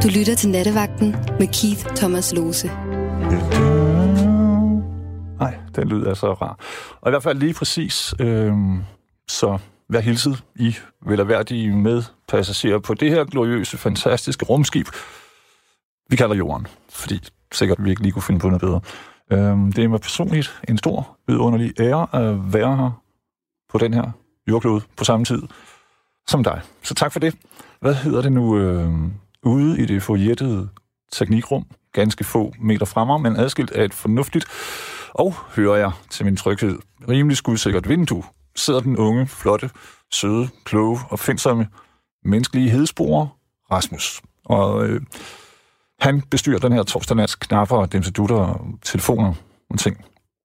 Du lytter til Nattevagten med Keith Thomas Lose. Nej, den lyd er så rar. Og i hvert fald lige præcis, så vær hilset, I velerværdige medpassagerer på det her gloriøse, fantastiske rumskib, vi kalder Jorden, fordi sikkert vi ikke lige kunne finde på noget bedre. Det er mig personligt en stor, vidunderlig ære at være her på den her jordklode på samme tid som dig. Så tak for det. Hvad hedder det nu? Ude i det forjættede teknikrum, ganske få meter fremme, men adskilt af et fornuftigt, og hører jeg til min tryghed, rimelig skudsikkert vindue, sidder den unge, flotte, søde, kloge og findsomme menneskelige hedsborer, Rasmus. Og han bestyrer den her torsdag nats knapper, dimsedutter og telefoner og ting.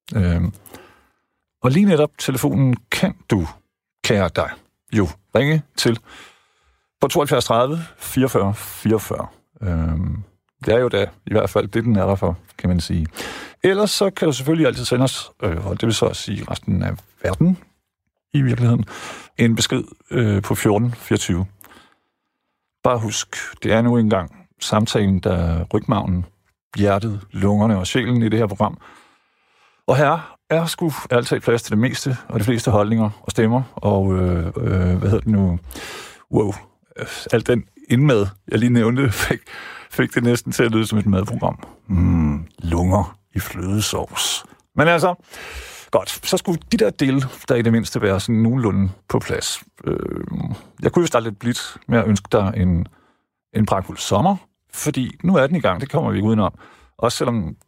Og lige netop telefonen kan du, kære dig, jo ringe til på 72 30 44 44. Det er jo da i hvert fald det, den er der for, kan man sige. Ellers så kan du selvfølgelig altid sende os, og det vil så sige resten af verden i virkeligheden, en besked på 1424. Bare husk, det er nu engang samtalen, der rygmarven, hjertet, lungerne og sjælen i det her program. Og her er sgu altid plads til det meste, og de fleste holdninger og stemmer, og hvad hedder det nu? Wow, alt den indmad, jeg lige nævnte, fik det næsten til at lyde som et madprogram. Lunger i flødesovs. Men altså, godt, så skulle de der dele, der i det mindste være sådan nogenlunde på plads. Jeg kunne jo starte lidt blidt med at ønske dig en pragtfuld sommer, fordi nu er den i gang, det kommer vi ikke udenom. Også selvom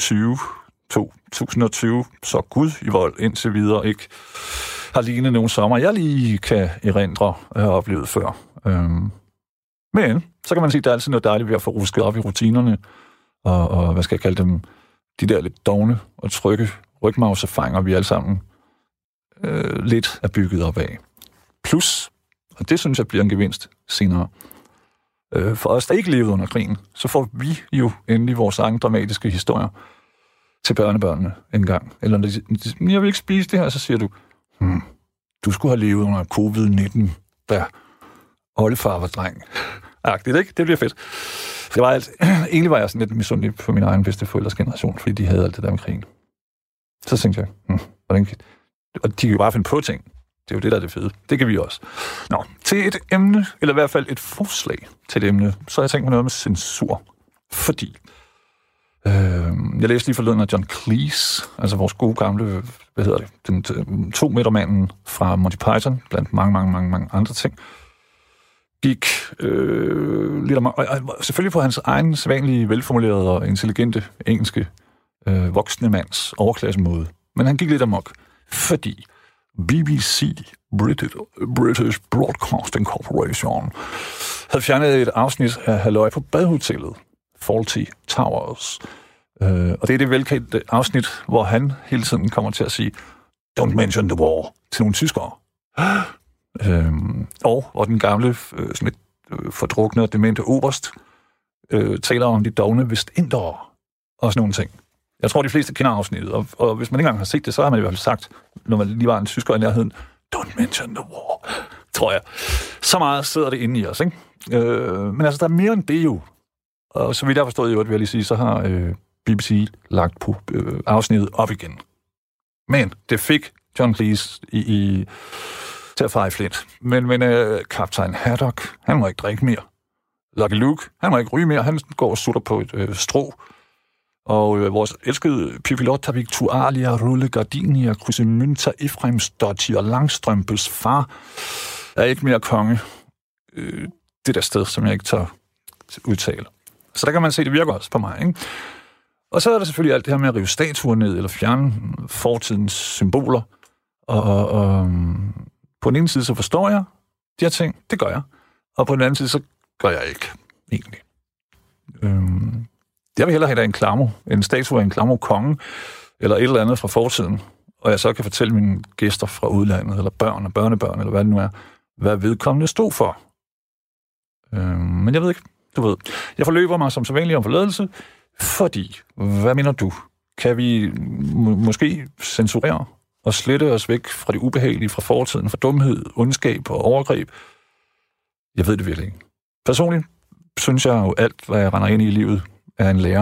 2020, så Gud i vold indtil videre ikke har lignet nogen sommer, jeg lige kan erindre og have oplevet før. Men så kan man sige, at der er altid noget dejligt ved at få rusket op i rutinerne, og hvad skal jeg kalde dem, de der lidt dovne og trygge rygmavserfaringer, vi alle sammen lidt er bygget op af. Plus, og det synes jeg bliver en gevinst senere, for os, der ikke levede under krigen, så får vi jo endelig vores egen dramatiske historier til børnebørnene en gang. Eller jeg vil ikke spise det her, så siger du, du skulle have levet under covid-19, da oldefar var dreng. Agtigt, ikke? Det bliver fedt. Det var egentlig var jeg sådan lidt misundelig på min egen bedsteforældres generation, fordi de havde alt det der med krigen. Så tænkte jeg, hvordan kan... Og de kan jo bare finde på ting. Det er jo det, der er det fede. Det kan vi også. Nå, til et emne, eller i hvert fald et forslag til et emne, så har jeg tænkt på noget med censur. Fordi jeg læste lige forleden af John Cleese, altså vores gode gamle, den 2-metermanden fra Monty Python, blandt mange andre ting, gik lidt om, og selvfølgelig på hans egen sædvanlige, velformulerede og intelligente engelske voksne mands overklassemåde. Men han gik lidt amok, fordi BBC, British Broadcasting Corporation, havde fjernet et afsnit af Halløj på Badehotellet, Fawlty Towers. Og det er det velkendte afsnit, hvor han hele tiden kommer til at sige, don't mention the war, til nogle tyskere. Og den gamle, sådan lidt fordrukne og demente oberst, taler om de dovne vestindere og sådan nogle ting. Jeg tror, de fleste kender afsnittet, og hvis man ikke engang har set det, så har man i hvert fald sagt, når man lige var en tysker i nærheden, don't mention the war, tror jeg. Så meget sidder det inde i os, ikke? Men altså, der er mere end det jo. Og så vidt jeg forstod, vil jeg lige sige, så har BBC lagt på afsnittet op igen. Men det fik John Cleese til at fare i flint. Men kaptajn Haddock, han må ikke drikke mere. Lucky Luke, han må ikke ryge mere. Han går og sutter på et strå. Og vores elskede Pipilotta Victualia Rulle Gardinia Crusimynta Efraimsdottir Langstrømpes far er ikke mere konge. Det der sted, som jeg ikke tør udtale. Så der kan man se, det virker også på mig, ikke? Og så er der selvfølgelig alt det her med at rive statuer ned, eller fjerne fortidens symboler. Og på den ene side, så forstår jeg de her ting, det gør jeg. Og på den anden side, så gør jeg ikke, egentlig. Jeg vil hellere have en statue af en klammer-konge, eller et eller andet fra fortiden, og jeg så kan fortælle mine gæster fra udlandet, eller børn og børnebørn, eller hvad det nu er, hvad vedkommende stod for. Men jeg ved ikke, du ved. Jeg forløber mig som sædvanlig om forladelse, fordi, hvad mener du? Kan vi måske censurere og slette os væk fra det ubehagelige, fra fortiden, fra dumhed, ondskab og overgreb? Jeg ved det virkelig ikke. Personligt synes jeg jo, alt, hvad jeg render ind i livet, er en lærer.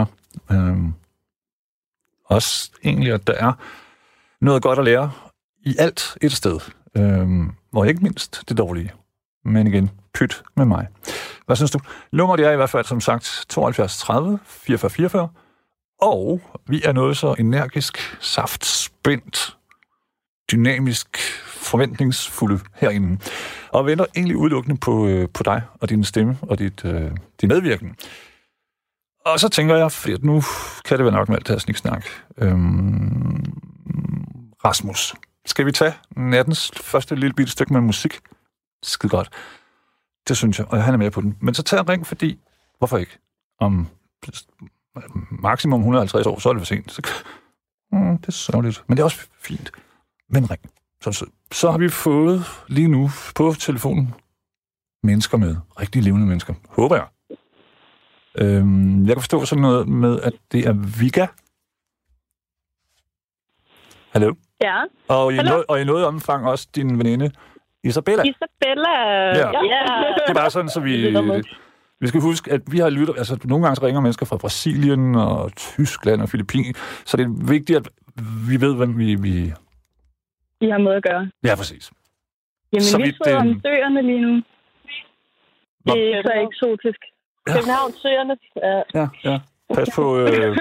Også egentlig, at der er noget godt at lære i alt et sted. Og ikke mindst det dårlige. Men igen, pyt med mig. Hvad synes du? Nummeret er i hvert fald, som sagt, 72 30 44 44. Og vi er noget så energisk, saftspændt, dynamisk, forventningsfulde herinde. Og venter egentlig udelukkende på dig og din stemme og din medvirken. Og så tænker jeg, fordi nu kan det være nok med alt det her sniksnak. Rasmus, skal vi tage nattens første lille bitte stykke med musik? Skide godt. Det synes jeg, og han er med på den. Men så tag en ring, fordi... Hvorfor ikke? Om maksimum 150 år, så er det for sent. Det er sørgeligt. Men det er også fint. Men ring. Så har vi fået lige nu på telefonen mennesker med. Rigtig levende mennesker. Håber jeg. Jeg kan forstå sådan noget med, at det er Vigga. Hallo? Ja. Og i noget omfang også din veninde Isabella. Ja. Det er bare sådan, så vi skal huske, at vi har lyttet... Altså, nogle gange så ringer mennesker fra Brasilien og Tyskland og Filippinerne, så det er vigtigt, at vi ved, hvem vi har med at gøre. Ja, præcis. Jamen, så vi sidder om søerne lige nu. Det er så eksotisk. København, søerne. Ja. Pas på...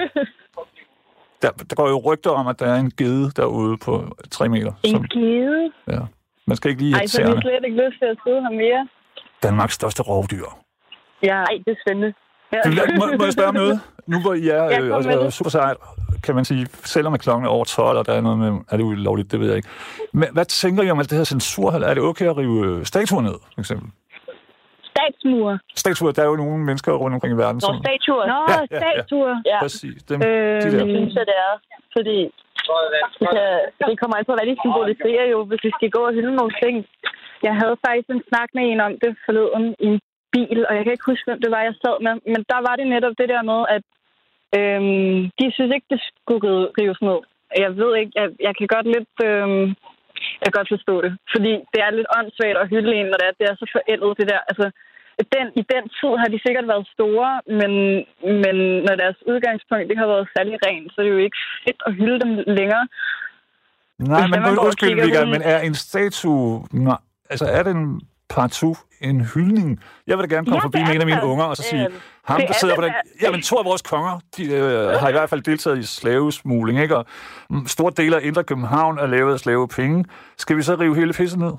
Der går jo rygter om, at der er en gede derude på 3 meter. En gede? Ja. Man skal ikke lige have tæerne. Ej, så har vi slet ikke lyst til at sidde her mere. Danmarks største rovdyr. Ja, det er spændende. Ja. Må jeg spørge om noget? Nu hvor I er super sejt, kan man sige, selvom klokken er over 12, og der er noget med, er det ulovligt, det ved jeg ikke. Men hvad tænker I om alt det her censur? Er det okay at rive statuer ned, for eksempel? Statuer, der er jo nogle mennesker rundt omkring i verden. Statuer. Statuer. Ja. Præcis. De der. Synes jeg, det er. Fordi det kommer an på, hvad de symboliserer jo, hvis vi skal gå og hylde nogle ting. Jeg havde faktisk en snak med en om det forleden i en bil, og jeg kan ikke huske, hvem det var, jeg sad med. Men der var det netop det der med, at de synes ikke, det skulle rives ned. Jeg ved ikke, jeg kan godt lidt... jeg kan godt forstå det. Fordi det er lidt åndssvagt at hylde en, når det er så forældet, det der. Altså, i den tid har de sikkert været store, men når deres udgangspunkt det har været særlig rent, så er det jo ikke fedt at hylde dem længere. Nej, men undskyld, Vigga, men er en statue... Altså, er den partout en hyldning? Jeg vil da gerne komme forbi med en af mine unger og så sige, ham, der sidder på den... Jamen, 2 af vores konger, de har i hvert fald deltaget i slavesmugling, ikke? Og store dele af Indre København er lavet af slavepenge. Skal vi så rive hele pisset ned?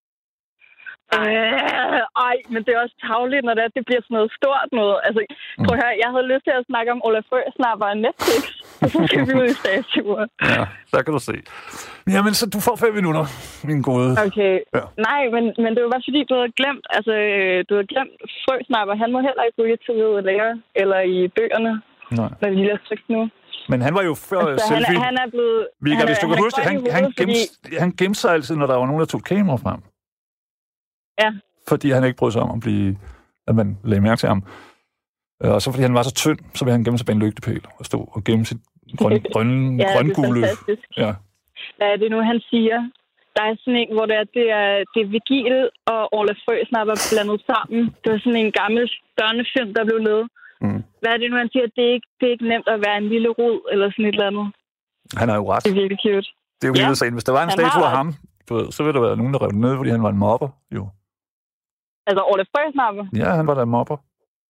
Ej, men det er også tarveligt, når det bliver sådan noget stort noget. Altså, prøv at høre, jeg havde lyst til at snakke om Olaf Frøsnapper og Netflix, og så skal vi ud i statuer. Ja, der kan du se. Jamen, så du får 5 minutter, min gode. Okay. Ja. Nej, men det var bare fordi, du havde glemt Frøsnapper. Han må heller ikke ryge til ved lærer, eller i bøgerne, når de lige har trykt nu. Men han var jo før selfie. Han er blevet... Vigga, hvis du kan huske, han gemte sig altid, når der var nogen, der tog kamera frem. Ja. Fordi han ikke brød sig om at man lagde mærke til ham. Og så fordi han var så tynd, så ville han gemme sig bag en lygtepæl og stå og gemme sit grøngule. Ja. Hvad er det nu, han siger? Der er sådan en, hvor det er Vigil og Olaf Frøsnapper blandet sammen. Det var sådan en gammel børnefilm, der blev lavet. Hvad er det nu, han siger? Det er ikke nemt at være en lille rod eller sådan et eller andet. Han er jo ret. Det er virkelig cute. Det er jo vildt at se. Hvis der var en statue af ham, så ville der være nogen, der rev den ned, fordi han var en mobber, jo. Altså Olaf Frøsnapper? Ja, han var da en mobber.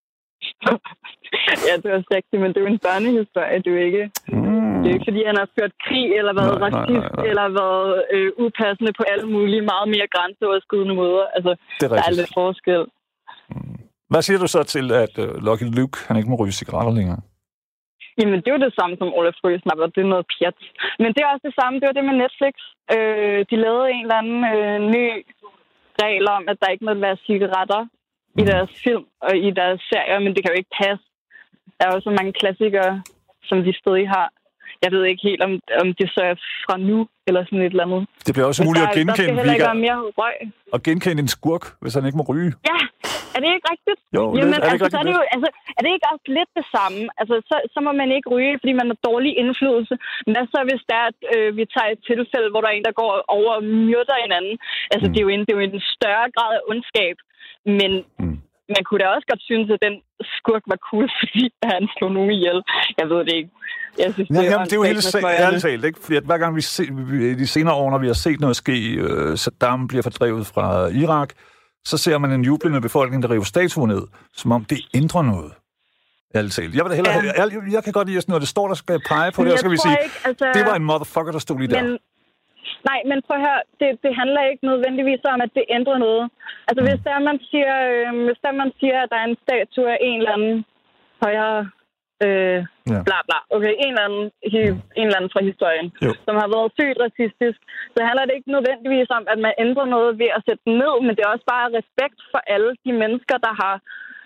Ja, det er også rigtigt, men det er jo en børnehistorie, det er jo ikke. Det er ikke, fordi han har ført krig, eller været racist, eller været upassende på alle mulige, meget mere grænseoverskridende måder. Altså, der er lidt forskel. Hvad siger du så til, at Lucky Luke, han ikke må ryge cigaretter længere? Jamen, det er jo det samme som Olaf Frøsnapper. Det er noget pjat. Men det er også det samme. Det var det med Netflix. De lavede en eller anden ny regel om, at der ikke må være cigaretter i deres film og i deres serier, men det kan jo ikke passe. Der er jo så mange klassikere, som de stadig har. Jeg ved ikke helt, om det så er fra nu, eller sådan et eller andet. Det bliver også muligt at genkende, der skal heller ikke være mere røg. Og genkende en skurk, hvis han ikke må ryge. Ja, er det ikke rigtigt? Jo, jamen, er det ikke også lidt det samme? Altså, så må man ikke ryge, fordi man har dårlig indflydelse. Men hvad så, hvis der er, at vi tager et tilfælde, hvor der er en, der går over og myrder hinanden? Altså, det er jo en større grad af ondskab. Men man kunne da også godt synes, at den skurk var cool, fordi han slog nogen ihjel. Jeg ved det ikke. Jeg synes, det er jo helt ærligt talt, ikke? Fordi at hver gang i de senere år, når vi har set noget ske, Saddam bliver fordrevet fra Irak, så ser man en jublende befolkning, der river statuer ned, som om det ændrer noget. Ærligt talt. Jeg kan godt lide sådan noget, det står, der skal pege på det, og skal vi sige, ikke, altså, det var en motherfucker, der stod lige der. Nej, men prøv at høre, det handler ikke nødvendigvis om, at det ændrer noget. Altså, hvis man siger, at der er en statue af en eller anden højere bla bla, okay, en eller anden fra historien, som har været sygt racistisk, så handler det ikke nødvendigvis om, at man ændrer noget ved at sætte den ned, men det er også bare respekt for alle de mennesker, der har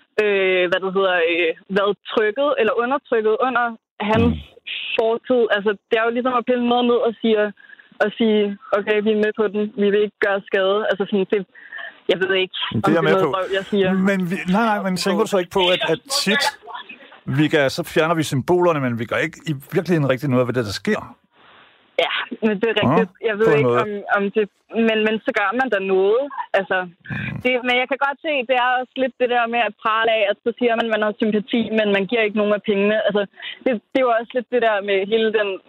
været trykket eller undertrykket under hans fortid. Altså, det er jo ligesom at pille noget ned og sige, okay, vi er med på den, vi vil ikke gøre skade. Altså sådan, det, jeg ved ikke, om det er noget røv, jeg siger. Men men tænker du så ikke på, at tit, så fjerner vi symbolerne, men vi gør ikke i virkeligheden rigtig noget ved det, der sker? Ja, men det er rigtigt. Jeg ved ikke, om det... Men så gør man da noget. Altså, men jeg kan godt se, det er også lidt det der med at prale af, at så siger man, at man har sympati, men man giver ikke nogen af pengene. Altså, det er jo også lidt det der med hele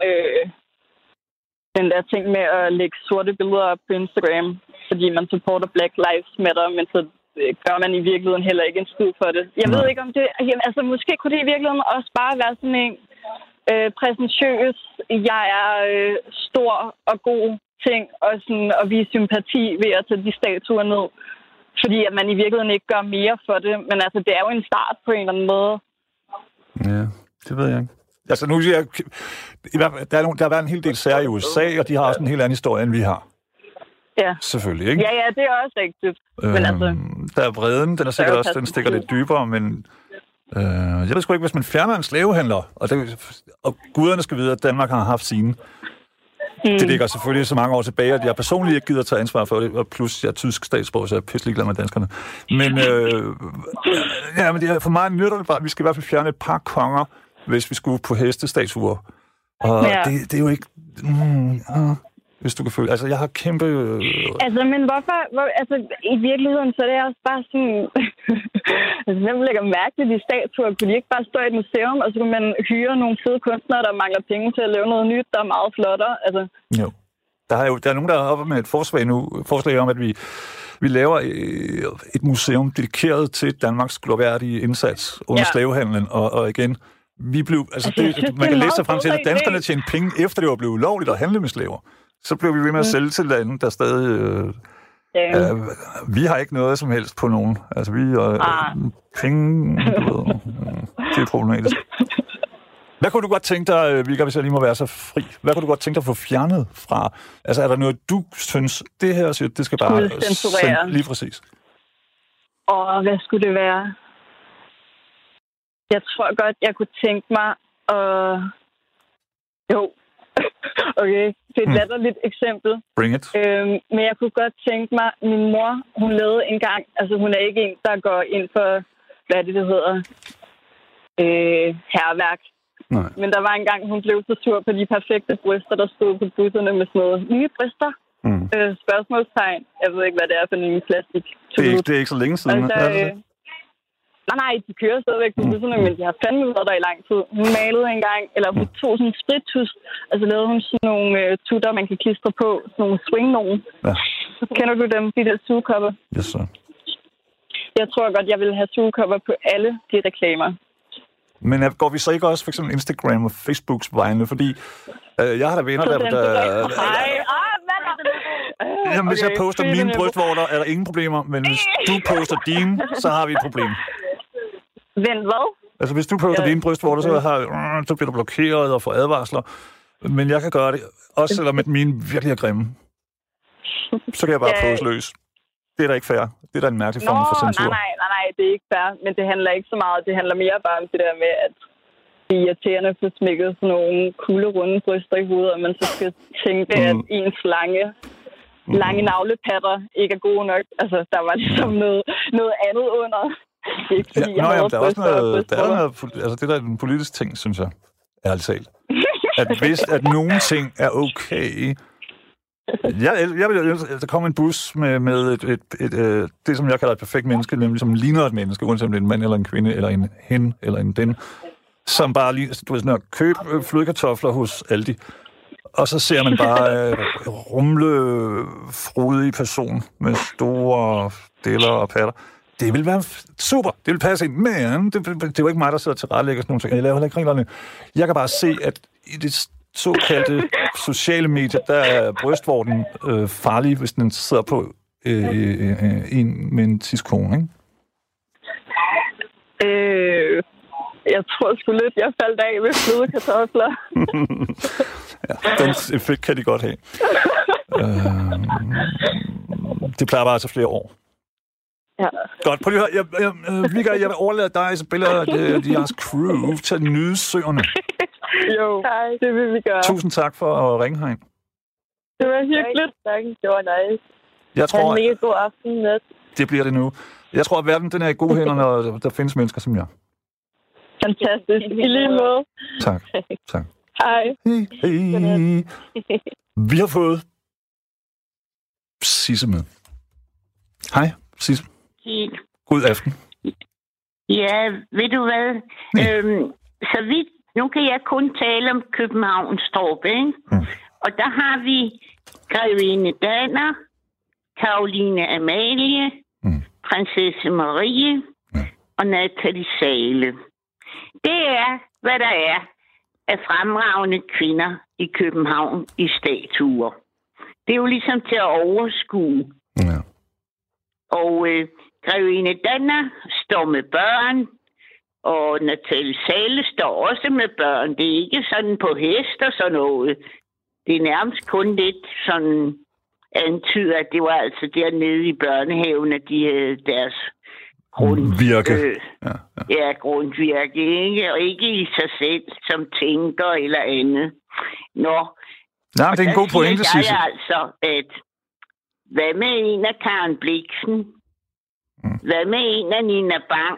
den der ting med at lægge sorte billeder op på Instagram, fordi man supporter Black Lives Matter, men så gør man i virkeligheden heller ikke en skid for det. Jeg ved ikke, om det... Altså, måske kunne det i virkeligheden også bare være sådan en præsentøs, jeg er stor og god ting, og vise sympati ved at tage de statuer ned. Fordi at man i virkeligheden ikke gør mere for det. Men altså, det er jo en start på en eller anden måde. Ja, det ved jeg ikke. Altså nu, der har været en hel del sager i USA, og de har også en helt anden historie, end vi har. Ja. Selvfølgelig, ikke? Ja, det er også rigtigt. Men altså... Der er vreden, den er sikkert også, den stikker lidt dybere, men... jeg ved sgu ikke, hvis man fjerner en slavehandler, og guderne skal vide, at Danmark har haft sine. Det ligger selvfølgelig så mange år tilbage, at jeg personligt ikke gider at tage ansvar for det, og plus jeg er tysk statsborger, så jeg er pisselig glad med danskerne. Men, men for mig nytter det bare, at vi skal i hvert fald fjerne et par konger, hvis vi skulle på hestestatuer. Og det er jo ikke... hvis du kan føle... Altså, jeg har kæmpe... Altså, men hvorfor... Altså, i virkeligheden, så er det også bare sådan... altså, hvem lægger mærke til de statuer? Kunne de ikke bare stå i et museum, og så kunne man hyre nogle fede kunstnere, der mangler penge til at lave noget nyt, der er meget flottere? Altså... Jo. Der er nogen, der er oppe med et forslag om, at vi laver et museum dedikeret til Danmarks glorværdige indsats under slavehandlen, og igen... man kan læse sig frem til, at danskerne tjente penge, efter det var blevet ulovligt at handle med slaver. Så blev vi ved med at sælge til lande, der stadig... vi har ikke noget som helst på nogen. Altså, vi penge... det er problematisk. Hvad kunne du godt tænke dig, Vigga, hvis jeg lige må være så fri? Hvad kunne du godt tænke dig at få fjernet fra... Altså, er der noget, du synes, det her siger, det skal bare... censurere. Lige præcis. Hvad skulle det være? Jeg tror godt, jeg kunne tænke mig at... Jo. Okay, det er et latterligt eksempel. Bring it. Men jeg kunne godt tænke mig, min mor, hun lavede engang, altså hun er ikke en, der går ind for, hvad det hedder, hærværk. Nej. Men der var engang, hun blev så sur på de perfekte bryster, der stod på busserne med sådan noget nye bryster. Spørgsmålstegn. Jeg ved ikke, hvad det er for en plastik. Det er ikke så længe siden. Altså, nej, de kører stadigvæk på busserne, men de har fandme været der i lang tid. Hun malede engang, eller hun tog sådan en sprittus, og så lavede hun sådan nogle tutter, man kan klistre på, sådan nogle swing-nogen. Ja. Kender du dem, de der sugekopper? Yes, sir. Jeg tror godt, jeg vil have sugekopper på alle de reklamer. Men går vi så ikke også for eksempel Instagram og Facebooks vegne? Fordi jeg har da venner, Jamen, hvis jeg poster mine brystvorter, er der ingen problemer, men hvis du poster dine, så har vi et problem. Vent, hvad? Altså, hvis du poster dine brystvorter, så bliver du blokeret og får advarsler. Men jeg kan gøre det, også selvom at mine virkelig er grimme. Så kan jeg bare poste løs. Det er da ikke fair. Det er da en mærkelig form for censur. Nej, det er ikke fair. Men det handler ikke så meget. Det handler mere bare om det der med, at det er irriterende at få smækket sådan nogle kulde, runde bryster i hovedet, og man så skal tænke, at ens lange navlepatter ikke er gode nok. Altså, der var ligesom noget andet under. Det er ikke, fordi jeg havde der er også noget, det der er en politisk ting, synes jeg, ærligt talt. At hvis at nogle ting er okay, Jeg vil ønske, at der kommer en bus med det, som jeg kalder et perfekt menneske, nemlig som ligner et menneske, uanset om det er en mand eller en kvinde, eller en hen, eller en den, som bare lige, du ved, sådan at købe flødekartofler hos Aldi, og så ser man bare rumle, frodig person med store deller og patter. Det vil være super. Det vil passe ind. Men det er jo ikke mig, der sidder til rettelægger sådan nogle ting. Jeg laver heller ikke reglerne. Jeg kan bare se, at i det såkaldte sociale medier, der er brystvorten farlig, hvis den sidder på en med en tidskone, ikke? Jeg tror sgu lidt, jeg faldt af med flødekartofler. Ja, den effekt kan de godt have. Det plejer bare at tage flere år. Ja. Godt, prøv lige at høre. Jeg vil overlade dig, Isabella, og jeres crew til at nyde søerne. Jo, det vil vi gøre. Tusind tak for at ringe herind. Det var hyggeligt. Tak, det var nice. Jeg tror, en mega god aften med. Det bliver det nu. Jeg tror, at verden den er i gode hænder, når der findes mennesker som jeg. Fantastisk. I lige måde. Tak. Hej. Hey. Vi har fået Sisse med. Hej, Sisse. God aften. Ja, ved du hvad? Så vidt, nu kan jeg kun tale om Københavnstrup, ikke? Og der har vi Grevinde Danner, Caroline Amalie, Prinsesse Marie og Nathalie Sale. Det er, hvad der er af fremragende kvinder i København i statuer. Det er jo ligesom til at overskue. Ja. Og Grevinde Danner står med børn, og Nathalie Sale står også med børn. Det er ikke sådan på hest og sådan noget. Det er nærmest kun lidt sådan antyder, at det var altså dernede i børnehaven, at de havde deres grundvirke. Grundvirke, ikke? Og ikke i sig selv, som tænker eller andet. Nej, det er en god pointe, Sisse. Altså, at hvad med en af Karen Blixen? Hvad med en af Nina Bang?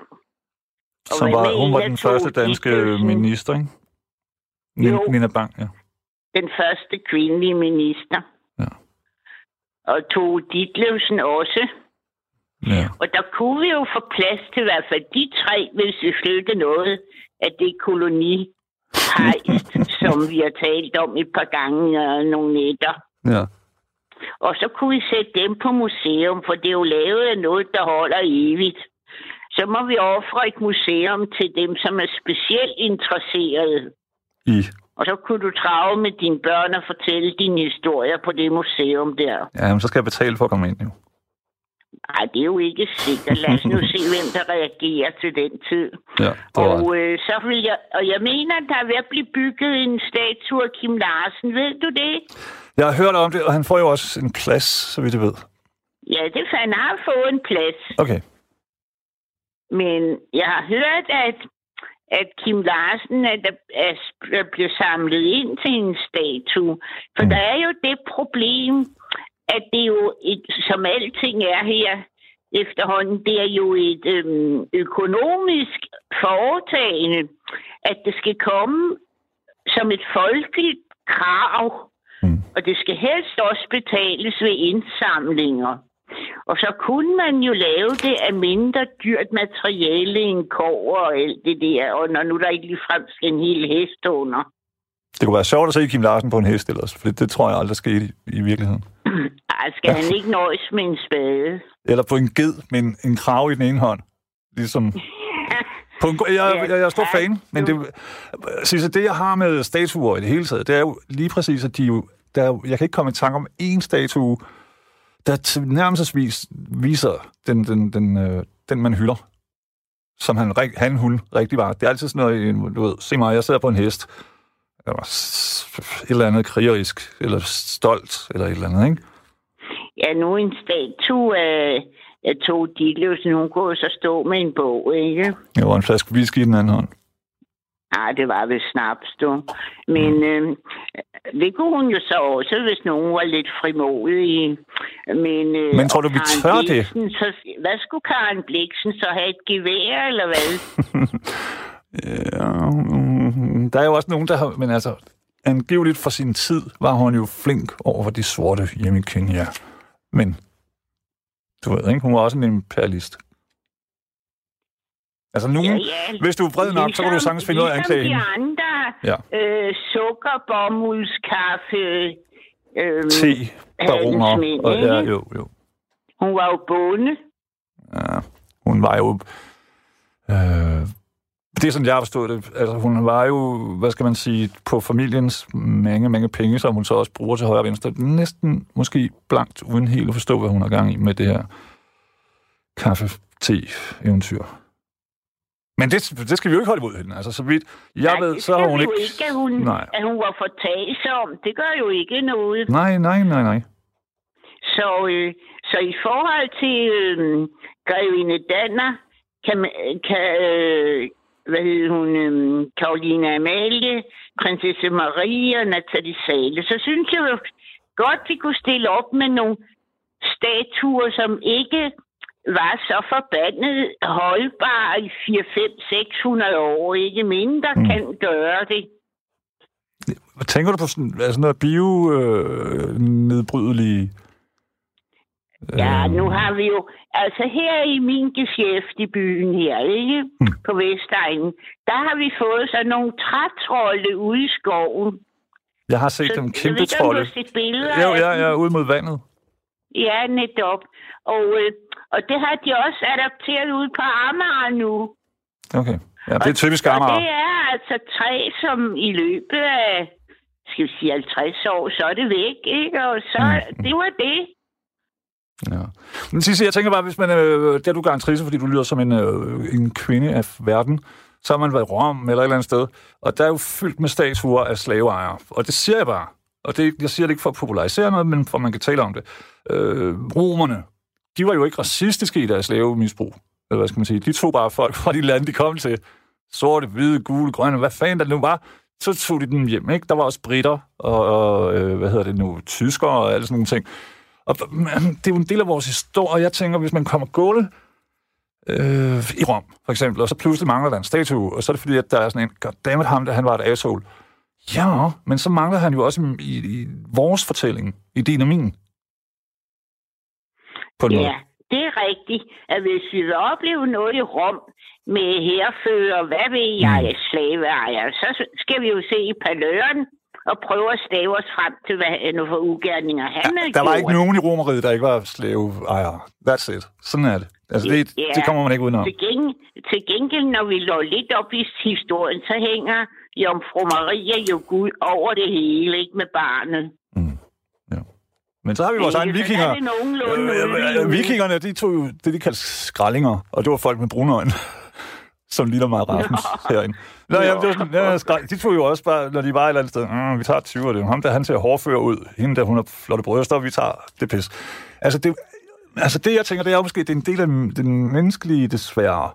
Hun var den første danske minister, ikke? Nina Bang, ja. Den første kvindelige minister. Ja. Og Tove Ditlevsen også. Ja. Og der kunne vi jo få plads til i hvert fald de tre, hvis vi flytte noget af det kolonihejst, som vi har talt om et par gange nogle nætter. Ja. Og så kunne vi sætte dem på museum, for det er jo lavet af noget, der holder evigt. Så må vi ofre et museum til dem, som er specielt interesserede. Og så kunne du trave med dine børn og fortælle dine historier på det museum der. Ja, men så skal jeg betale for at komme ind, jo. Nej, det er jo ikke sikkert. Lad os nu se, hvem der reagerer til den tid. Ja, så vil jeg mener, der er ved at blive bygget en statue af Kim Larsen. Ved du det? Jeg har hørt om det, og han får jo også en plads, så vidt jeg ved. Ja, han har fået en plads. Okay. Men jeg har hørt, at Kim Larsen bliver samlet ind til en statue. For der er jo det problem, at det er jo, som alting er her efterhånden, det er jo et økonomisk foretagende, at det skal komme som et folkeligt krav, og det skal helst også betales ved indsamlinger. Og så kunne man jo lave det af mindre dyrt materiale end kobber og alt det der, og når nu der ikke ligefrem skal en hel hest under. Det kunne være sjovt at se Kim Larsen på en hest ellers, for det tror jeg aldrig skete i virkeligheden. Skal han ikke nøjes med en spade? Eller på en ged med en krave i den ene hånd. Ligesom... Jeg er stor fan, men det jeg har med statuer i det hele taget, det er jo lige præcis, at jeg kan ikke komme i tanke om én statue, der nærmest viser den man hylder, som hun rigtig var. Det er altid sådan noget, du ved, se mig, jeg sidder på en hest, et eller andet krigerisk, eller stolt, eller et eller andet, ikke? Ja, nu en statue af Tove Ditlevsen, hun kunne så stå med en bog, ikke? Ja, og en flaske whisky i den anden hånd. Nej, det var ved snaps, du. Men det kunne hun jo så også, hvis nogen var lidt frimodige. Men tror du, vi tør det? Hvad skulle Karen Blixen så have, et gevær, eller hvad? Ja, der er jo også nogen, der har... Men altså, angiveligt for sin tid var hun jo flink over for de sorte hjemme i Kenya. Men, du ved ikke, hun var også en imperialist. Altså nu, hvis du er vred nok, så kan du sagtens finde ud af at anklage hende. De andre sukkerbomulskaffe... Te-baroner. Jo. Hun var jo bonde. Ja, hun var jo... det er sådan, jeg har forstået det. Altså, hun var jo, hvad skal man sige, på familiens mange penge, som hun så også bruger til højre og venstre. Næsten måske blankt, uden helt at forstå, hvad hun har gang i med det her kaffe-te-eventyr. Men det skal vi jo ikke holde imod hende. Altså, så vidt jeg ved, så har hun ikke... At hun var fortagsom. Det gør jo ikke noget. Nej. Så i forhold til grevinde Danner, Caroline Amalie, prinsesse Marie og Nathalie Sale, så synes jeg jo godt, vi kunne stille op med nogle statuer, som ikke var så forbandet holdbare i 400-600 år. Ikke mindre kan gøre det. Hvad tænker du på sådan noget bio-nedbrydelige... Ja, nu har vi jo... Altså her i min geschæft i byen her, ikke? På Vestegnen, der har vi fået sådan nogle trætrolde ude i skoven. Jeg har set dem kæmpe trolde. Jeg set billeder jeg er ude mod vandet. Ja, netop. Og det har de også adapteret ud på Amager nu. Okay. Ja, det er typisk Amager. Og det er altså træ, som i løbet af, skal vi sige, 50 år, så er det væk, ikke? Og så, det var det. Ja. Men Sisse, jeg tænker bare, hvis man, det er du garantrisse, fordi du lyder som en kvinde af verden, så har man været i Rom eller et eller andet sted, og der er jo fyldt med statuer af slaveejere. Og det siger jeg bare. Og det, jeg siger det ikke for at popularisere noget, men for at man kan tale om det. Romerne, de var jo ikke racistiske i deres slavemisbrug. Eller hvad skal man sige? De tog bare folk fra de lande, de kom til. Sorte, hvide, gule, grønne, hvad fanden der nu var. Så tog de dem hjem, ikke? Der var også britter og tyskere og alle sådan nogle ting. Og det er jo en del af vores historie, og jeg tænker, hvis man kommer gående i Rom, for eksempel, og så pludselig mangler der en statue, og så er det fordi, at der er sådan en, goddammit ham, der han var et asshole. Ja, men så mangler han jo også i vores fortælling, i din og min. Ja, det er rigtigt, at hvis vi vil opleve noget i Rom med herfører, hvad ved jeg, slaveejer, så skal vi jo se i Paløren, og prøve at stave os frem til, hvad nu for ugerninger han havde der var ikke nogen i Romeriet, der ikke var slaveejere. That's it. Sådan er det. Altså, det kommer man ikke udenom. Til gengæld, når vi lå lidt op i historien, så hænger Jomfru Maria jo Gud over det hele, ikke med barnet. Ja. Men så har vi vores egen vikinger. Vikingerne, de tog jo det, de kaldte skrællinger, og det var folk med brune øjne. Som ligner meget Rasmus herinde. Nå, ja, det var sådan, de tog jo også bare, når de var et eller andet sted, vi tager 20, det er ham, der han ser hårdfører ud, hende der, hun har flotte bryster, vi tager det pis. Altså det, jeg tænker, det er jo måske, det er en del af den menneskelige, desværre,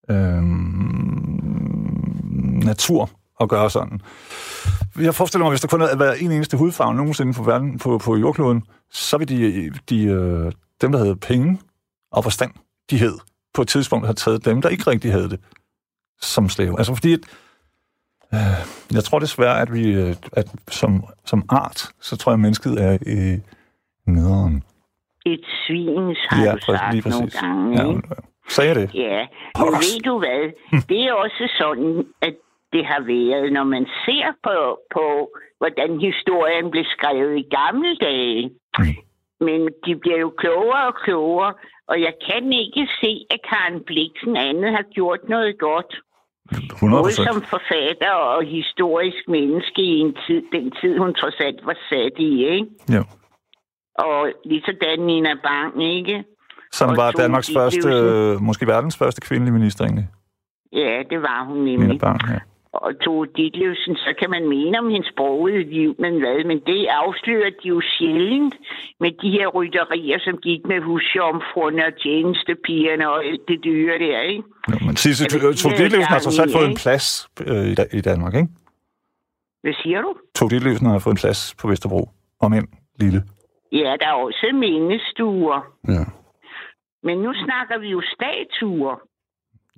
natur at gøre sådan. Jeg forestiller mig, hvis der kun havde været en eneste hudfarve nogensinde på verden, på jordkloden, så vil dem, der havde penge og forstand, de hed på et tidspunkt have taget dem, der ikke rigtig havde det som slave. Altså fordi, jeg tror desværre, at vi som art, så tror jeg, at mennesket er i nederen. Et svins har du sagt nogle gange. Ja, sagde jeg det? Ja, men ved du hvad? Det er også sådan, at det har været, når man ser på hvordan historien blev skrevet i gamle dage. Men de bliver jo klogere og klogere, og jeg kan ikke se, at Karen Blixen andet har gjort noget godt. 100%. Både som forfatter og historisk menneske i den tid, hun trods alt var sat i, ikke? Jo. Og lige sådan Nina Bang, ikke? Som var Danmarks første, måske verdens første kvindelige minister, egentlig. Ja, det var hun nemlig. Nina Bang, ja. Og Tove Ditlevsen, så kan man mene om hendes sprogede liv, men det afslører de jo sjældent med de her rytterier, som gik med husjomfruerne og tjenestepigerne og alt det dyre der, ikke? Ja, men Tove Ditlevsen har så fået en plads i Danmark, ikke? Hvad siger du? Tove Ditlevsen har fået en plads på Vesterbro, om end lille. Ja, der er også mindestuer. Ja. Men nu snakker vi jo statuer.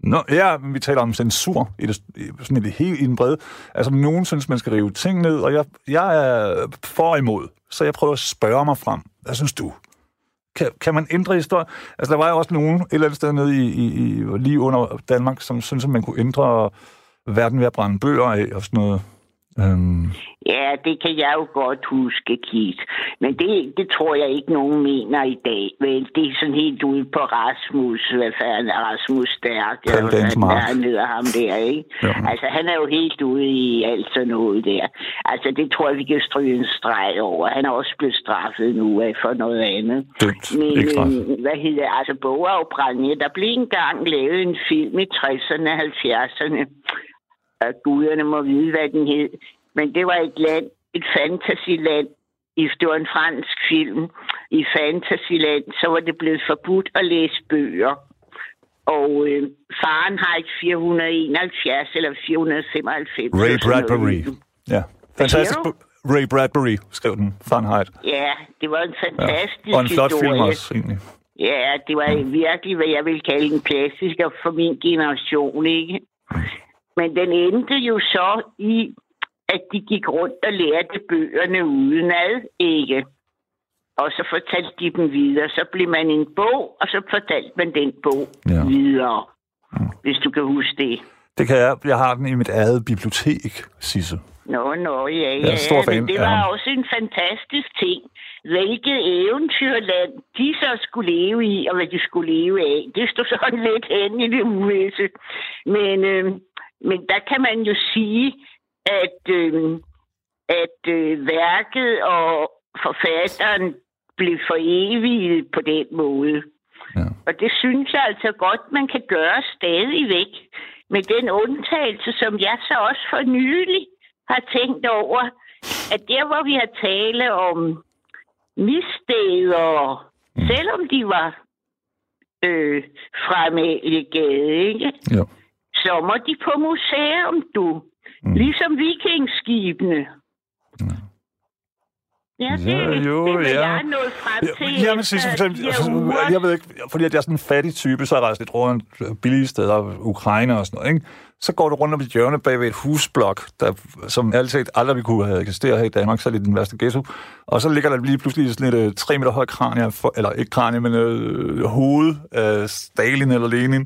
Nå, ja, vi taler om censur i det helt i den brede. Altså, nogen synes, man skal rive ting ned, og jeg er for imod. Så jeg prøver at spørge mig frem. Hvad synes du? Kan man ændre historie? Altså, der var jo også nogen et eller andet sted nede i lige under Danmark, som synes, at man kunne ændre verden ved at brænde bøger af og sådan noget. Ja, det kan jeg jo godt huske, Keith. Men det tror jeg ikke, nogen mener i dag. Vel, det er sådan helt ude på Rasmus. Hvad fanden er Rasmus Stærk? Han hedder ham der, ikke? Ja. Altså, han er jo helt ude i alt sådan noget der. Altså, det tror jeg, vi kan stryge en streg over. Han er også blevet straffet nu for noget andet. Men, hvad hedder det? Altså, bogafbrænding. Der blev engang lavet en film i 60'erne og 70'erne. Guderne må vide, hvad den hed. Men det var et fantasyland. Det var en fransk film. I Fantasyland, så var det blevet forbudt at læse bøger. Og Fahrenheit 471 eller 495. Ray Bradbury. Ja, fantastisk. Ray Bradbury skrev den, Fahrenheit. Ja, det var en fantastisk og en flot film også, egentlig. Ja, det var virkelig, hvad jeg vil kalde en klassiker for min generation, ikke? Men den endte jo så i, at de gik rundt og lærte bøgerne udenad, ikke? Og så fortalte de dem videre. Så blev man en bog, og så fortalte man den bog videre. Hvis du kan huske det. Det kan jeg. Jeg har den i mit eget bibliotek, Sisse. Ja. Men det var også en fantastisk ting. Hvilket eventyrland de så skulle leve i, og hvad de skulle leve af. Det stod sådan lidt hen i det uvisse. Men der kan man jo sige, at værket og forfatteren blev foreviget på den måde. Ja. Og det synes jeg altså godt, man kan gøre stadigvæk. Med den undtagelse, som jeg så også for nylig har tænkt over, at der, hvor vi har tale om missteder, selvom de var fremmedlegade, ikke? Ja. Så må de på museum, du. Ligesom vikingskibene. Ja, det jeg er nået frem til. Jamen, jeg ved ikke, fordi jeg er sådan en fattig type, så har jeg rejst lidt rundt billige steder, Ukraine og sådan noget, ikke? Så går du rundt om et hjørne bag ved et husblok, som altid aldrig vi kunne have eksisteret her i Danmark, så er det den værste ghetto. Og så ligger der lige pludselig sådan et 3 meter højt kranie, eller ikke kranie, men hoved af Stalin eller Lenin.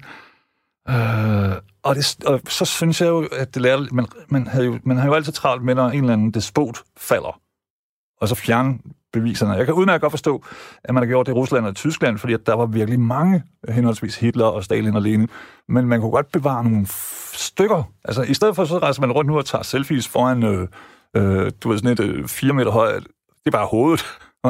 Og så synes jeg jo, at det lærer, man har jo altid travlt med, når en eller anden despot falder, og så fjerne beviserne. Jeg kan udmærket godt forstå, at man har gjort det i Rusland og Tyskland, fordi at der var virkelig mange, henholdsvis Hitler og Stalin og Lenin, men man kunne godt bevare nogle stykker. Altså, i stedet for, så rejser man rundt nu og tager selfies foran, du ved, sådan et 4 meter højt, det er bare hovedet.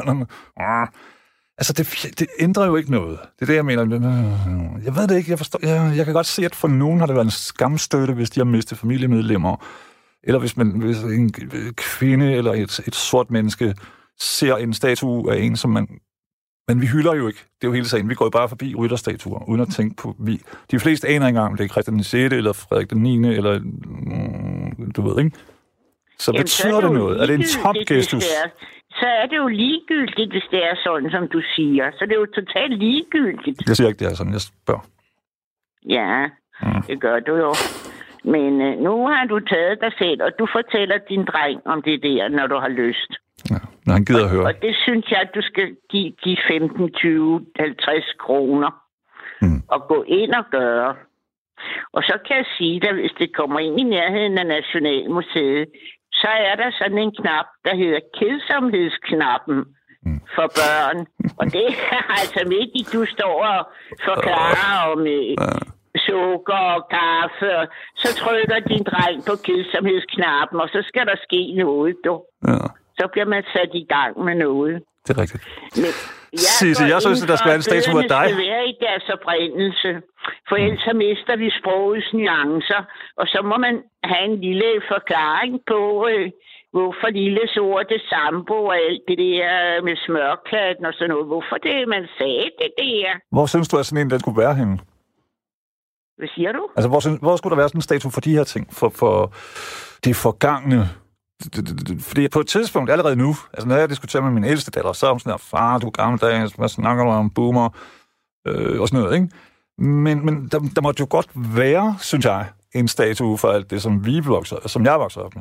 Altså, det ændrer jo ikke noget. Det er det, jeg mener. Jeg ved det ikke. Jeg kan godt se, at for nogen har det været en skamstøtte, hvis de har mistet familiemedlemmer. Eller hvis en kvinde eller et sort menneske ser en statue af en, som man... Men vi hylder jo ikke. Det er jo hele sagen. Vi går jo bare forbi rytterstatuer, uden at tænke på... De fleste aner ikke engang, om det er Christian 6. eller Frederik 9. eller... Du ved, ikke? Så betyder det noget? Er det en topgestus? Så er det jo ligegyldigt, hvis det er sådan, som du siger. Så det er jo totalt ligegyldigt. Jeg siger ikke, det er sådan. Jeg spørger. Ja, det gør du jo. Men nu har du taget dig selv, og du fortæller din dreng om det der, når du har lyst. Ja, når han gider at høre. Og det synes jeg, at du skal give 15, 20, 50 kroner og gå ind og gøre. Og så kan jeg sige dig, hvis det kommer ind i nærheden af Nationalmuseet, så er der sådan en knap, der hedder kedsomhedsknappen for børn. Og det er altså midt i, du står og forklarer om sukker og kaffe, og så trykker din dreng på kedsomhedsknappen, og så skal der ske noget, du. Ja. Så bliver man sat i gang med noget. Det er rigtigt. Men jeg synes, at der skal være en statue af dig. Det skal være i deres oprindelse. For ellers så mister vi sprogets nuancer, og så må man have en lille forklaring på, hvorfor lille sorte sambo og alt det der med smørklatten og sådan noget. Hvorfor det, man sagde det der. Hvor synes du, at sådan en, der skulle være henne? Hvad siger du? Altså, hvor skulle der være sådan en statue for de her ting? For det forgangne? Fordi på et tidspunkt, allerede nu, altså når jeg diskuterer med min ældste datter, så er hun sådan her, far, du er gammeldags, hvad snakker du om, boomer, og sådan noget, ikke? Men der måtte jo godt være, synes jeg, en statue for alt det, som jeg voksede op med.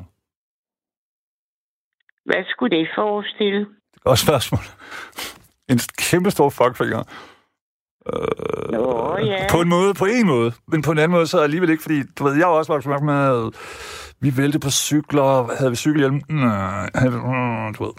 Hvad skulle det forestille? Det er et godt spørgsmål. En kæmpe stor fuckfinger. Ja. På en måde, men på en anden måde så alligevel ikke, fordi du ved, jeg har også vokset op med, vi væltede på cykler, havde vi cykelhjelm? Du ved.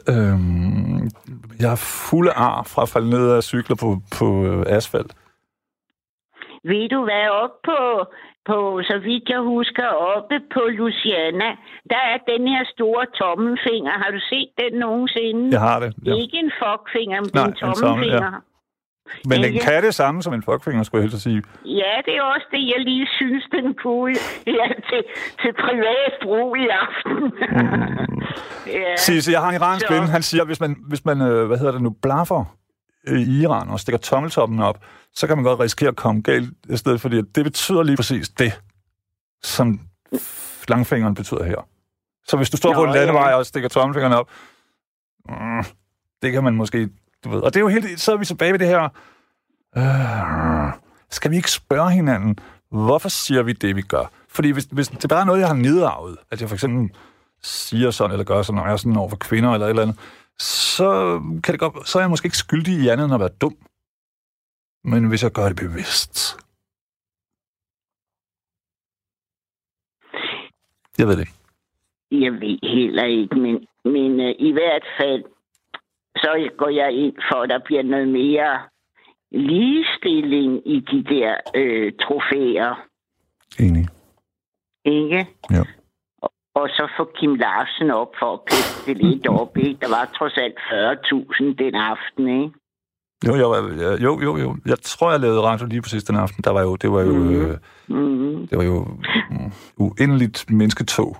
Jeg er fuld af ar fra at falde ned af cykler på asfalt. Ved du hvad, oppe på, så vidt jeg husker, oppe på Louisiana, der er den her store tommelfinger. Har du set den nogensinde? Jeg har det, ja. Ikke en fuckfinger, men en tommelfinger. Ja. Men den kan det samme som en fuckfinger, skulle jeg helst sige. Ja, det er også det, jeg lige synes, den kunne til privat brug i aften. Ja. Så jeg har en iransk ven, han siger, hvis man blaffer i Iran og stikker tommeltoppen op, så kan man godt risikere at komme galt i stedet, fordi det betyder lige præcis det, som langfingeren betyder her. Så hvis du står på en landevej og stikker tommelfingeren op, det kan man måske, du ved. Og det er jo helt, så er vi tilbage ved det her, skal vi ikke spørge hinanden, hvorfor siger vi det, vi gør? Fordi hvis det bare er noget, jeg har nedarvet, at jeg for eksempel siger sådan, eller gør sådan, når jeg er sådan over for kvinder, eller et eller andet, så kan det godt, så er jeg måske ikke skyldig i andet end at være dum. Men hvis jeg gør det bevidst. Jeg ved det ikke. Jeg ved heller ikke, men i hvert fald, så går jeg ind for, at der bliver noget mere ligestilling i de der trofæer. Enig. Ikke? Ja. Og så få Kim Larsen op for at pætte det lidt op, ikke? Der var trods alt 40.000 den aften, ikke? Jo. Jeg tror, jeg lavede radio lige præcis den aften. Det var jo uendeligt mennesketog.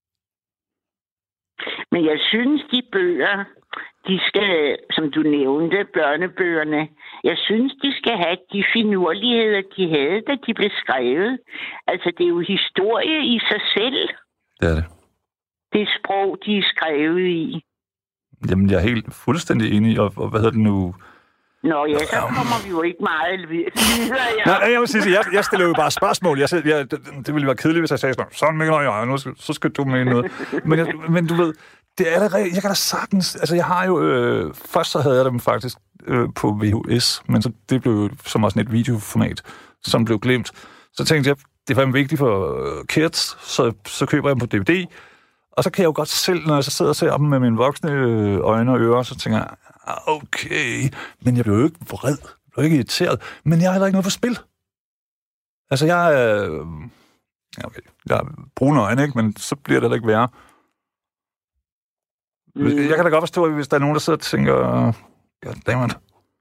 Men jeg synes, de bøger, de skal, som du nævnte, børnebøgerne, jeg synes, de skal have de finurligheder, de havde, da de blev skrevet. Altså, det er jo historie i sig selv. Det er det. Det sprog, de er skrevet i. Jamen, jeg er helt fuldstændig enig, og hvad hedder det nu? Nå ja, så kommer vi jo ikke meget videre. Nej, jeg vil sige, jeg stiller jo bare spørgsmål. Det ville være kedeligt, hvis jeg sagde sådan mener jeg, nu så skal du med noget. Men du ved, det er allerede, jeg kan da sagtens, altså jeg har jo, først så havde jeg dem faktisk på VHS, men så det blev jo som også et videoformat, som blev glemt. Så tænkte jeg, det var vigtigt for kids, så køber jeg dem på DVD, og så kan jeg jo godt selv, når jeg så sidder og ser dem med mine voksne øjne og ører, så tænker jeg, okay, men jeg blev jo ikke vred, jeg blev ikke irriteret, men jeg har heller ikke noget for spil. Altså jeg har brune øjne, ikke? Men så bliver det heller ikke værre. Jeg kan da godt forstå, hvis der er nogen, der sidder og tænker, goddammit.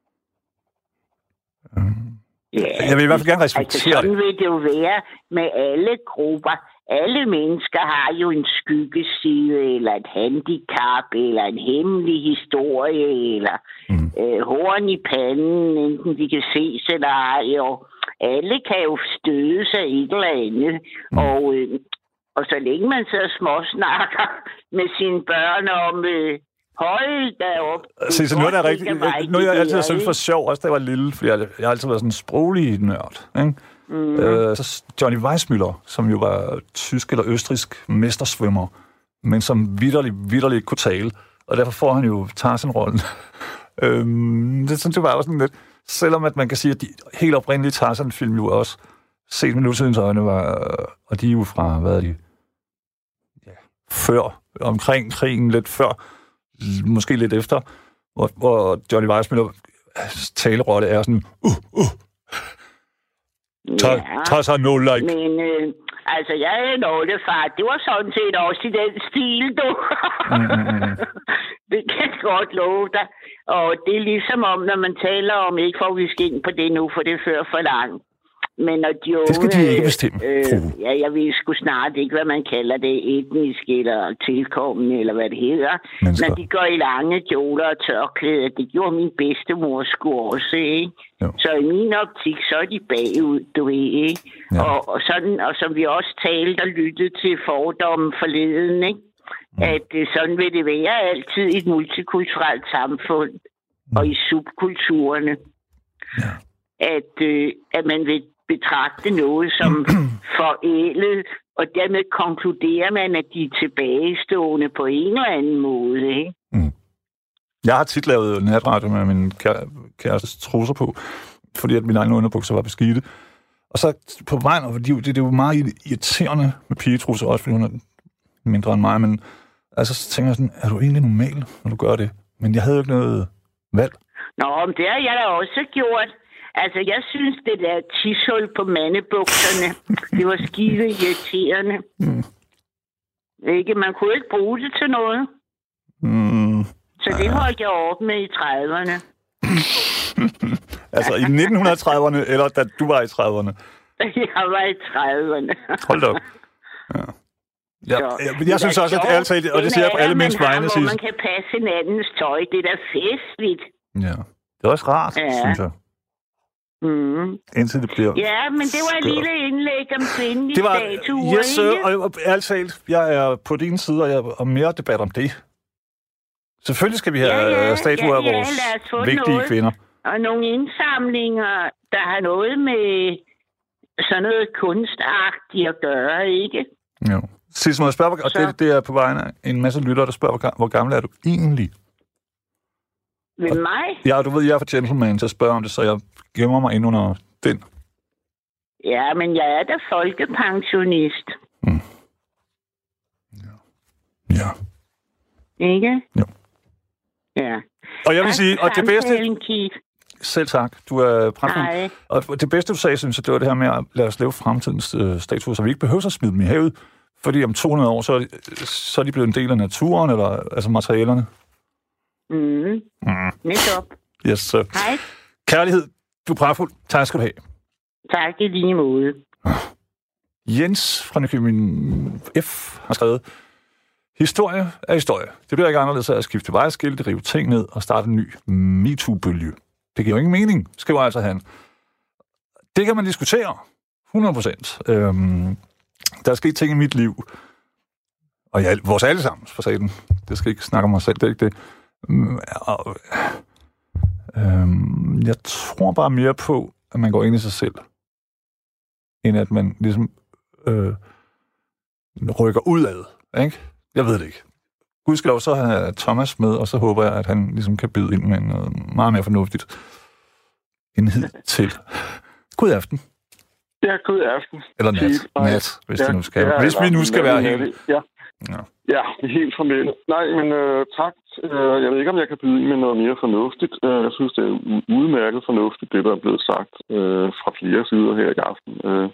Jeg vil i hvert fald gerne respektere sådan det. Sådan vil det jo være med alle grupper. Alle mennesker har jo en skyggeside, eller et handicap, eller en hemmelig historie, eller horn i panden, enten de kan ses eller ej. Og alle kan jo støde sig et eller andet. Og så længe man sidder og småsnakker med sine børn om hold derop. Så noget, der er rigtigt. Noget, jeg altid har syntes for sjov, også da jeg var lille, fordi jeg har altid været sådan en sproglig nørd, ikke? Så Johnny Weissmuller, som jo var tysk eller østrigsk mestersvømmer, men som vitterligt ikke kunne tale, og derfor får han jo Tarzan-rollen. Det synes jeg var også sådan lidt, selvom at man kan sige, at de helt oprindelige Tarzan-film jo også set med nutidens øjne var, og de er jo fra, hvad er de? Ja, før, omkring krigen, lidt før, måske lidt efter, hvor Johnny Weissmuller talerolle er sådan, Tarzan no like. Men altså, jeg er en oldefar. Det var sådan set også i den stil, du. Det kan jeg godt love dig. Og det er ligesom om, når man taler om, ikke for vi skal ind på det nu, for det fører for langt. Men når de unge, det skal de ikke bestemme. Jeg ved sgu snart ikke, hvad man kalder det, etnisk eller tilkommende, eller hvad det hedder. Mennesker. Når de går i lange kjoler og tørklæder, det gjorde min bedstemor sgu også, ikke? Jo. Så i min optik, så er de bagud, du ved, ikke? Ja. Og sådan, og som vi også talte og lyttede til fordommen forleden, ikke? At sådan vil det være altid i et multikulturelt samfund og i subkulturerne. Ja. at man vil betragte noget som forældet, og dermed konkluderer man, at de er tilbagestående på en eller anden måde, ikke? Mm. Jeg har tit lavet natradio med min kærestes trusser på, fordi at mine egne underbukser var beskidte. Og så på vejen, og det er jo meget irriterende med pigetrusser, også fordi hun er mindre end mig, men altså så tænker jeg sådan, er du egentlig normal, når du gør det? Men jeg havde jo ikke noget valg. Nå, men det har jeg da også gjort. Altså, jeg synes, det der tishul på mandebukserne, det var skide irriterende. Mm. Ikke? Man kunne ikke bruge det til noget. Mm. Så det holdt jeg op med i 30'erne. Altså i 1930'erne, eller da du var i 30'erne? Jeg var i 30'erne. Hold da op. Ja. Jeg synes også, at ærligt talt, og det siger jeg på alle mennesker vegne, hvor man kan passe hinandens tøj, det er da festligt. Ja, det er også rart, synes jeg. Mm. Indtil det bliver... Ja, men det var et lille indlæg om kvindelige statuer, yes, sir, og ærligt talt, jeg er på din side, og jeg har mere debat om det. Selvfølgelig skal vi have statuer af vores vigtige kvinder. Og nogle indsamlinger, der har noget med sådan noget kunstagtigt at gøre, ikke? Jo. Sidst må jeg spørge, og det er på vejen af en masse lyttere, der spørger, hvor gammel er du egentlig? Ved mig? Ja, du ved, jeg er for gentleman til at spørge om det, så jeg gemmer mig ind under den. Ja, men jeg er da folkepensionist. Mm. Ja. Ikke? Jo. Ja. Og jeg vil sige, og det bedste... Selv tak. Du er pragtfuld. Og det bedste, du sagde, synes jeg, det var det her med at lade os lave fremtidens statuer, så vi ikke behøver at smide dem i havet. Fordi om 200 år, så er de blevet en del af naturen, eller altså materialerne. Netop. Yes, sir. Hej. Kærlighed, du er pragtfuld. Tak skal du have. Tak i lige måde. Jens fra Nykøbing F. har skrevet, historie er historie. Det bliver ikke anderledes af at skifte vejskilte, rive ting ned og starte en ny MeToo-bølge. Det giver jo ingen mening, skriver altså han. Det kan man diskutere. 100%. Der er sket ting i mit liv. Og vores allesammens, for satan. Det skal ikke snakke om mig selv, det er ikke det. Jeg tror bare mere på, at man går ind i sig selv, end at man ligesom rykker udad, ikke? Jeg ved det ikke. Gudskelov, så har jeg Thomas med, og så håber jeg, at han ligesom kan byde ind med noget meget mere fornuftigt indhed til. God aften. Ja, god aften. Eller nat, hvis det nu skal. Ja, hvis vi nu skal være helt... Ja, helt formelt. Nej, men tak. Jeg ved ikke, om jeg kan byde ind med noget mere fornuftigt. Jeg synes, det er udmærket fornuftigt, det der er blevet sagt fra flere sider her i aften.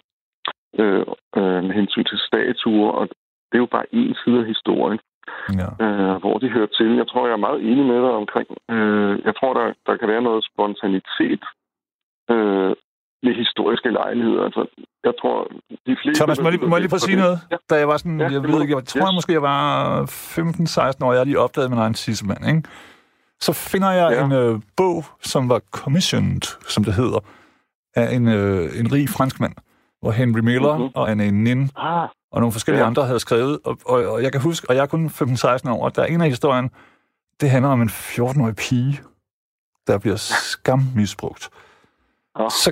Med hensyn til statuer, og det er jo bare en side af historien. Ja. Hvor de hører til. Jeg tror, jeg er meget enig med dig omkring. Jeg tror, der kan være noget spontanitet med historiske lejligheder. Altså, jeg tror, de fleste... Thomas, må jeg lige prøve at sige noget? Ja. Da jeg var sådan, jeg ved ikke, jeg tror måske, jeg var 15-16 år, jeg lige opdaget min egen tissemand, ikke? Så finder jeg en bog, som var commissioned, som det hedder, af en rig franskmand, hvor Henry Miller og Anne Nin og nogle forskellige andre havde skrevet, og jeg kan huske, og jeg er kun 15-16 år, og der er en af historien, det handler om en 14-årig pige, der bliver skammisbrugt. Så,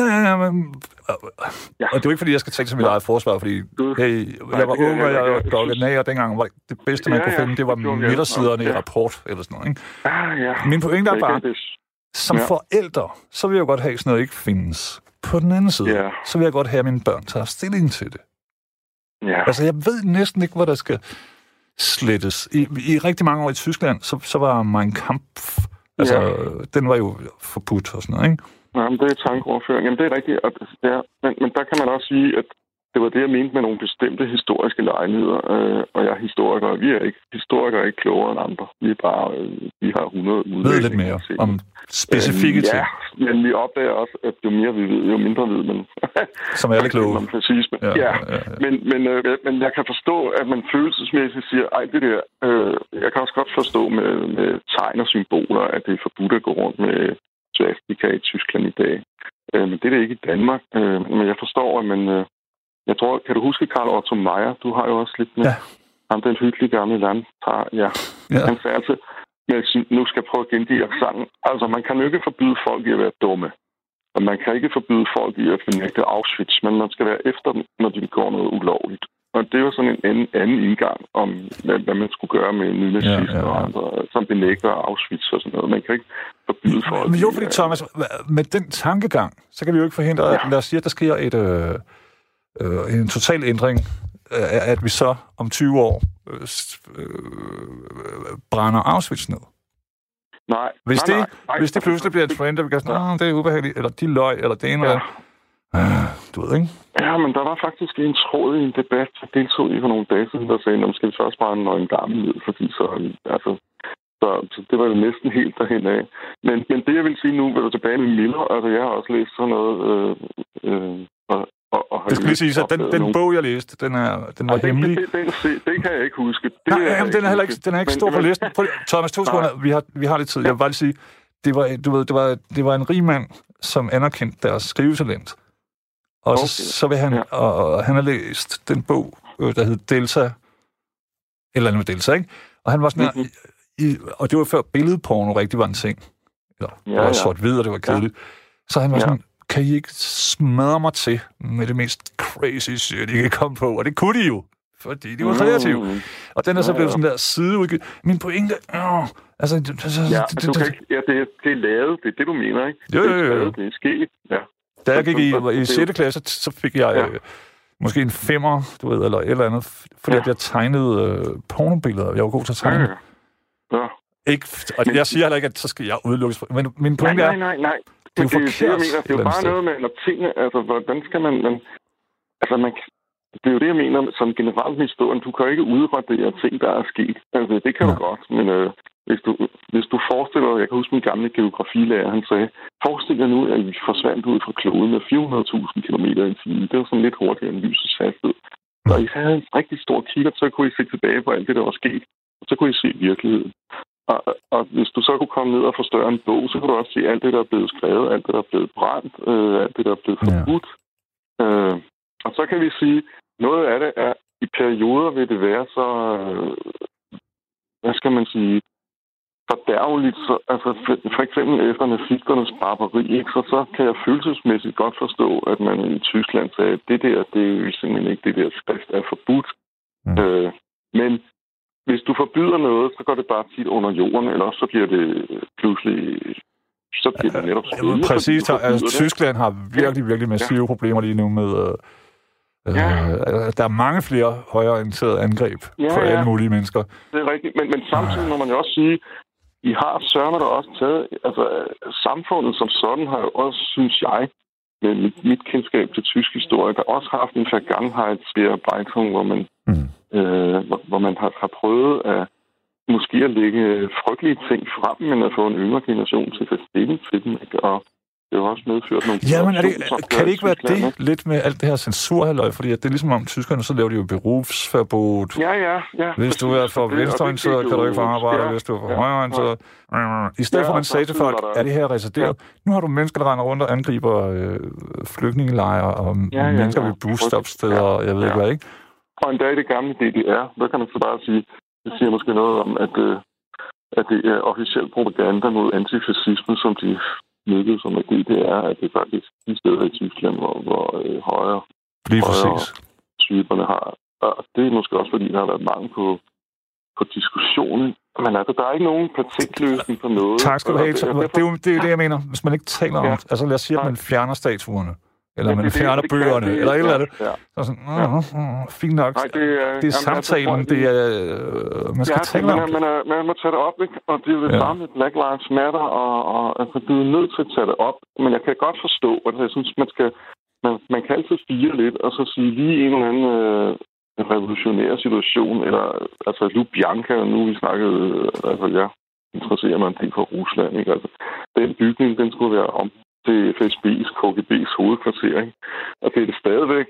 og det er jo ikke, fordi jeg skal tænke som mit eget forsvar, fordi jeg var ung, og jeg var dokket af, og dengang var det bedste, man kunne finde, det var midtersiderne i Rapport, eller sådan noget, ikke? Min pointe er bare, som forældre, så vil jeg godt have, at sådan noget ikke findes. På den anden side, så vil jeg godt have, at mine børn tager stilling til det. Altså, jeg ved næsten ikke, hvad der skal slettes. I rigtig mange år i Tyskland, så var Mein Kampf, altså, den var jo forbudt og sådan noget, ikke? Jamen, det er tankeoverføring. Jamen, det er rigtigt. Men der kan man også sige, at det var det, jeg mente med nogle bestemte historiske lejligheder. Og jeg er historiker, og vi er ikke klogere end andre. Vi har 100 udlægninger. Ved lidt mere om specifikke ting. Ja, men vi opdager også, at jo mere vi ved, jo mindre ved man. Som er alle kloge. Ja. Men jeg kan forstå, at man følelsesmæssigt siger, det der... jeg kan også godt forstå med tegn og symboler, at det er forbudt at gå rundt med svastika i Tyskland i dag. Men det er det ikke i Danmark. Men jeg forstår, at man... jeg tror, kan du huske Karl Otto Meyer? Du har jo også lidt med ham, den hyggelige gamle landpar. Ja. Han sagde altså, nu skal jeg prøve at gengive sangen. Altså, man kan jo ikke forbyde folk i at være dumme. Og man kan ikke forbyde folk i at fornægte Auschwitz, men man skal være efter dem, når de begår noget ulovligt. Og det var sådan en anden indgang om, hvad man skulle gøre med nynazisme og andre, som benægter Auschwitz og sådan noget. Man kan ikke forbyde folk. Men jo, fordi Thomas, med den tankegang, så kan vi jo ikke forhindre, at lad os sige, at der sker en total ændring, at vi så om 20 år brænder Auschwitz ned. Nej. Hvis det pludselig bliver et trend, der vi kan sige, det er ubehageligt, eller de løg, eller det ene eller du ved, ikke? Ja, men der var faktisk en tråd i en debat, jeg deltog i for nogle dage siden, der sagde, om skal vi først bare en gammel ned, fordi så det var jo næsten helt derhen af. Men det, jeg vil sige nu, vil du tilbage med Miller, altså jeg har også læst sådan noget, det skal lige sige, at den bog, jeg læste, den var hemmelig. Det kan jeg ikke huske. Den er ikke stor på listen. Thomas, 2 sekunder, vi har lidt tid. Jeg vil bare lige sige, det var en rig mand, som anerkendte deres skrivetalent. Og så vil han, og han har læst den bog, der hed Delta, eller andet med Delta, ikke? Og han var sådan her, og det var før billedporno rigtig var en ting. Eller var sort-hvid, og det var kedeligt. Så han var sådan, kan I ikke smadre mig til med det mest crazy shit, I kan komme på? Og det kunne de jo, fordi de var kreative. Og den er så blevet sådan der sideudgivet. Min pointe, det er lavet, det er det, du mener, ikke? Jo. Det er sket, ja. Da jeg gik i 6. klasse, så fik jeg måske en 5'er, du ved, eller et eller andet, fordi jeg tegnede pornobilleder. Jeg var god til at tegne. Ja. Ikke, og jeg siger heller ikke, at så skal jeg udelukkes. Men min pointe er... Nej. Det er jo forkert. Det er jo bare noget med, når tingene... Altså, hvordan skal man... det er jo det, jeg mener, som generelt med historien. Du kan ikke udradere ting, der er sket. Altså, det kan du godt, men hvis du forestiller dig... Jeg kan huske min gamle geografilærer, han sagde, forestil dig nu, at vi forsvandt ud fra kloden med 400.000 km i timen. Det var sådan lidt hurtigere end lysets hastighed. Og I havde en rigtig stor kigger, så kunne I se tilbage på alt det, der var sket. Og så kunne I se virkeligheden. Og hvis du så kunne komme ned og forstørre en bog, så kunne du også se alt det, der er blevet skrevet, alt det, der er blevet brændt, alt det, der er blevet forbudt. Og så kan vi sige, noget af det er, i perioder vil det være så, hvad skal man sige, fordærveligt. Altså for eksempel efter nazisternes barbari, ikke? Så kan jeg følelsesmæssigt godt forstå, at man i Tyskland sagde, at det er jo simpelthen ikke det der skrift er forbudt. Men hvis du forbyder noget, så går det bare tit under jorden, eller så bliver det pludselig... Så bliver det netop spændende. Præcis. Tyskland har virkelig massive problemer lige nu med... Der er mange flere højreorienterede angreb på alle mulige mennesker. Det er rigtigt, men samtidig må man jo også sige, I har sørger der også taget... Altså, samfundet som sådan har jo også, synes jeg, med mit kendskab til tysk historie, der også har haft en Vergangenheitsbearbejtung, hvor man har prøvet at måske at lægge frygtelige ting frem, men at få en yngre generation til at stille til dem, ikke? Og det har også medført nogle... Jamen, kan det ikke være det lidt med alt det her censurhalløj? Fordi det er ligesom om tyskerne, så laver de jo berufsverbot. Ja. Hvis du er for venstreorienteret, kan du ikke få arbejde. Hvis du er for højreorienteret... I stedet for, at man sagde til folk, er det her reserveret? Nu har du mennesker, der render rundt og angriber flygtningelejre og mennesker ved busstopsteder og jeg ved ikke hvad, ikke? Og en dag i det gamle DDR, der kan man så bare sige, det siger måske noget om, at det er officiel propaganda mod antifascisme, som de nødte som at DDR, at det faktisk de steder i Tyskland, hvor højre typerne har. Og det er måske også, fordi der har været mange på diskussionen. Men altså, der er ikke nogen patentløsning på noget. Tak skal du have. Det er jo det, jeg mener. Hvis man ikke taler om... Altså lad os sige, at man fjerner statuerne. Eller man fjerner bøgerne, eller et eller andet. Så sådan, fint nok. Nej, det er samtalen, det er... man skal tale om det. Man må tage det op, ikke? Og det er jo det samme med Black Lives Matter, og altså, du er nødt til at tage det op. Men jeg kan godt forstå, at jeg synes, man kan altid fire lidt, og så sige lige en eller anden revolutionær situation, eller altså Lubjanka, nu vi snakkede, altså jeg interesserer mig en del for Rusland, ikke? Altså, den bygning, den skulle være om til FSB's, KGB's hovedkvartering. Og det er det stadigvæk.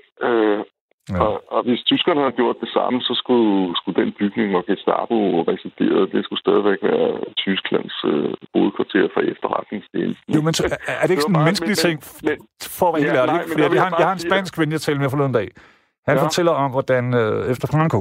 Og hvis tyskerne havde gjort det samme, så skulle den bygning, hvor Gestapo residerede, det skulle stadigvæk være Tysklands hovedkvarter for efterretningstjenesten. Jo, men så, er det ikke sådan en menneskelig ting, for at være helt ærlig? Jeg har en spansk ven, jeg talte med forleden dag. Han fortæller om, hvordan efter Franco,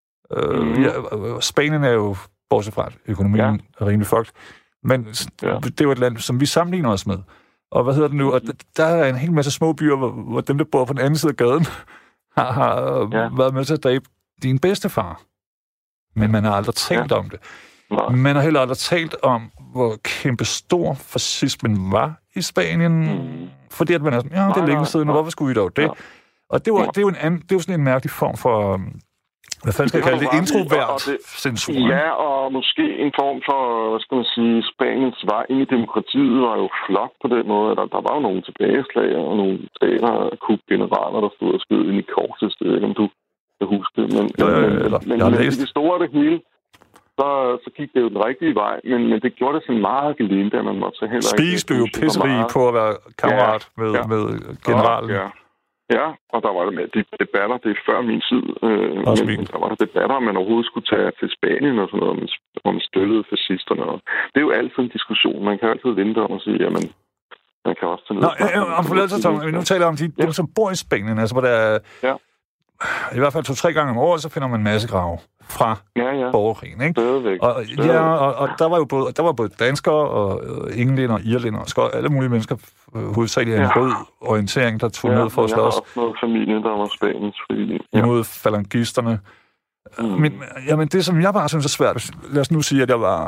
Spanien er jo, bortset fra økonomien er rimelig fucked, men det er jo et land, som vi sammenligner os med. Og hvad hedder det nu? Og der er en hel masse små byer, hvor dem, der bor på den anden side af gaden, har været med til at dræbe din bedstefar. Men man har aldrig talt om det. Nej. Man har heller aldrig talt om, hvor kæmpestor fascismen var i Spanien. Fordi at man er sådan, det er længe siden, og hvorfor skulle vi dog det? Og det er jo sådan en mærkelig form for, hvad fanden skal jeg kalde det, introvert censur. Ja, og måske en form for, hvad skal man sige, Spaniens vej ind i demokratiet var jo flot på den måde. Der var jo nogle tilbageslag og nogle stater-kubgeneraler, der stod og skød ind i korset. Jeg ved ikke, om du kan huske det. Men i det store af det hele, så gik det jo den rigtige vej, men det gjorde det sådan meget gelinde, at man måtte heller ikke... Spis blev jo pisserig på at være kammerat med generalen. Ja, og der var det med de debatter, det er før min tid, men der var der debatter, om man overhovedet skulle tage til Spanien og sådan noget, om man støttede fascisterne. Og det er jo altid en diskussion. Man kan altid vente om at sige, jamen, man kan også tage ned. Nu taler jeg om dem, som bor i Spanien, altså hvor der er i hvert fald 2-3 gange om året, så finder man massegrave fra borgerkrigen, ikke? Og der var både danskere og englænder og irlænder og alle mulige mennesker, hovedsageligt af en rød orientering, der tog ned for at slås. Der var også noget familie, der var Spaniens fordi. Imod falangisterne. Men det, som jeg bare synes er svært, lad os nu sige, at jeg var,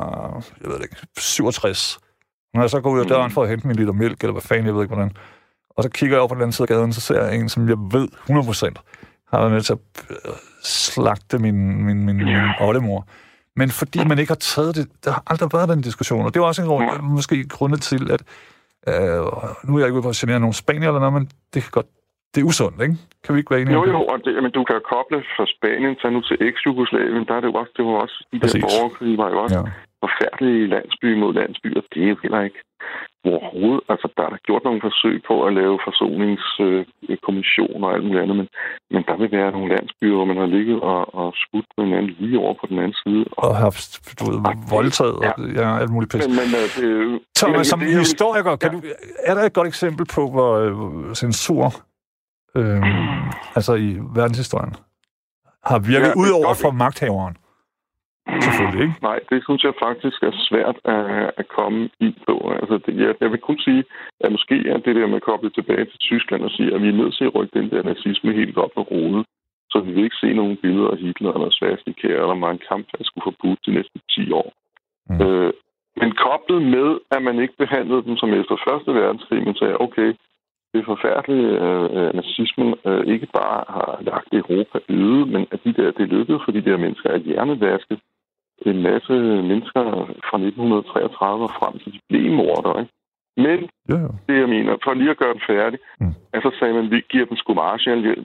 67. Når jeg så går ud af døren for at hente min liter mælk, eller hvad fanden, jeg ved ikke hvordan, og så kigger jeg over på den anden side af gaden, så ser jeg en, som jeg ved 100% har været med til at slagte min oldemor. Men fordi man ikke har taget det, der har aldrig været den diskussion, og det var også en måske grundet til, at nu er jeg ikke ude på at genere nogle spanier eller noget, men det kan godt, det er usundt, ikke? Kan vi ikke være enige om det? Jo, og men du kan koble fra Spanien til nu til eks-Jugoslavien, der er det jo også, de der borgerkrig var jo også forfærdelige landsby mod landsby, og det er jo heller ikke overhovedet. Altså, der er gjort nogle forsøg på at lave forsoningskommissioner og alt muligt andet, men der vil være nogle landsbyer, hvor man har ligget og skudt med hinanden lige over på den anden side. Og haft voldtaget og alt muligt pisse. Thomas, som historiker, er der et godt eksempel på, hvor censur altså i verdenshistorien har virket ud over for magthaveren? Selvfølgelig ikke. Nej, det synes jeg faktisk er svært at komme i på. Altså, jeg vil kun sige, at måske er det der med at koble tilbage til Tyskland og sige, at vi er nødt til at rykke den der nazisme helt op på rodet, så vi vil ikke se nogen billeder af Hitler eller svastika eller Mein Kampf, der skulle forbudt de næste 10 år. Men koblet med, at man ikke behandlede dem som efter Første Verdenskrig, men sagde, okay, det er forfærdeligt, at nazismen ikke bare har lagt Europa øde, men at det lykkedes for de der mennesker at hjernevaske en masse mennesker fra 1933 og frem til de blev mordere, ikke? Men det, jeg mener, for lige at gøre den færdig, så sagde man, at vi giver dem sgu Marshallhjælp,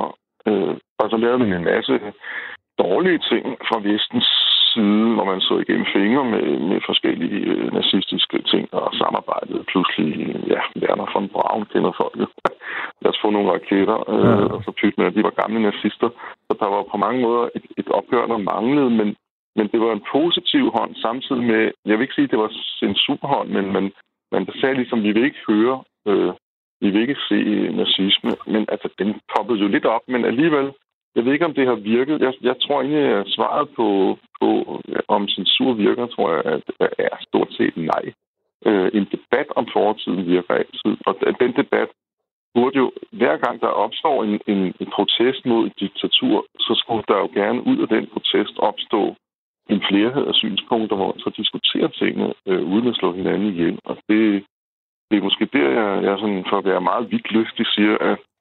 og så lavede man en masse dårlige ting fra vestens side, hvor man så igennem fingre med forskellige nazistiske ting og samarbejdede. Pludselig, Werner von Braun kender folk. Lad os få nogle raketter, og så pytte med, at de var gamle nazister. Så der var på mange måder et opgør, der manglede, men det var en positiv hånd, samtidig med, jeg vil ikke sige, at det var censurhånd, men man sagde ligesom, vi vil ikke høre, vi vil ikke se nazisme, men altså, den poppede jo lidt op, men alligevel, jeg ved ikke, om det har virket. Jeg tror egentlig, at svaret på om censur virker, tror jeg, at er stort set nej. En debat om fortiden virker altid, og den debat burde jo, hver gang der opstår en protest mod et diktatur, så skulle der jo gerne ud af den protest opstå en flerhed af synspunkter, hvor man så diskuterer tingene uden at slå hinanden ihjel. Og det er måske der, jeg sådan, for at være meget vidtløftig, siger,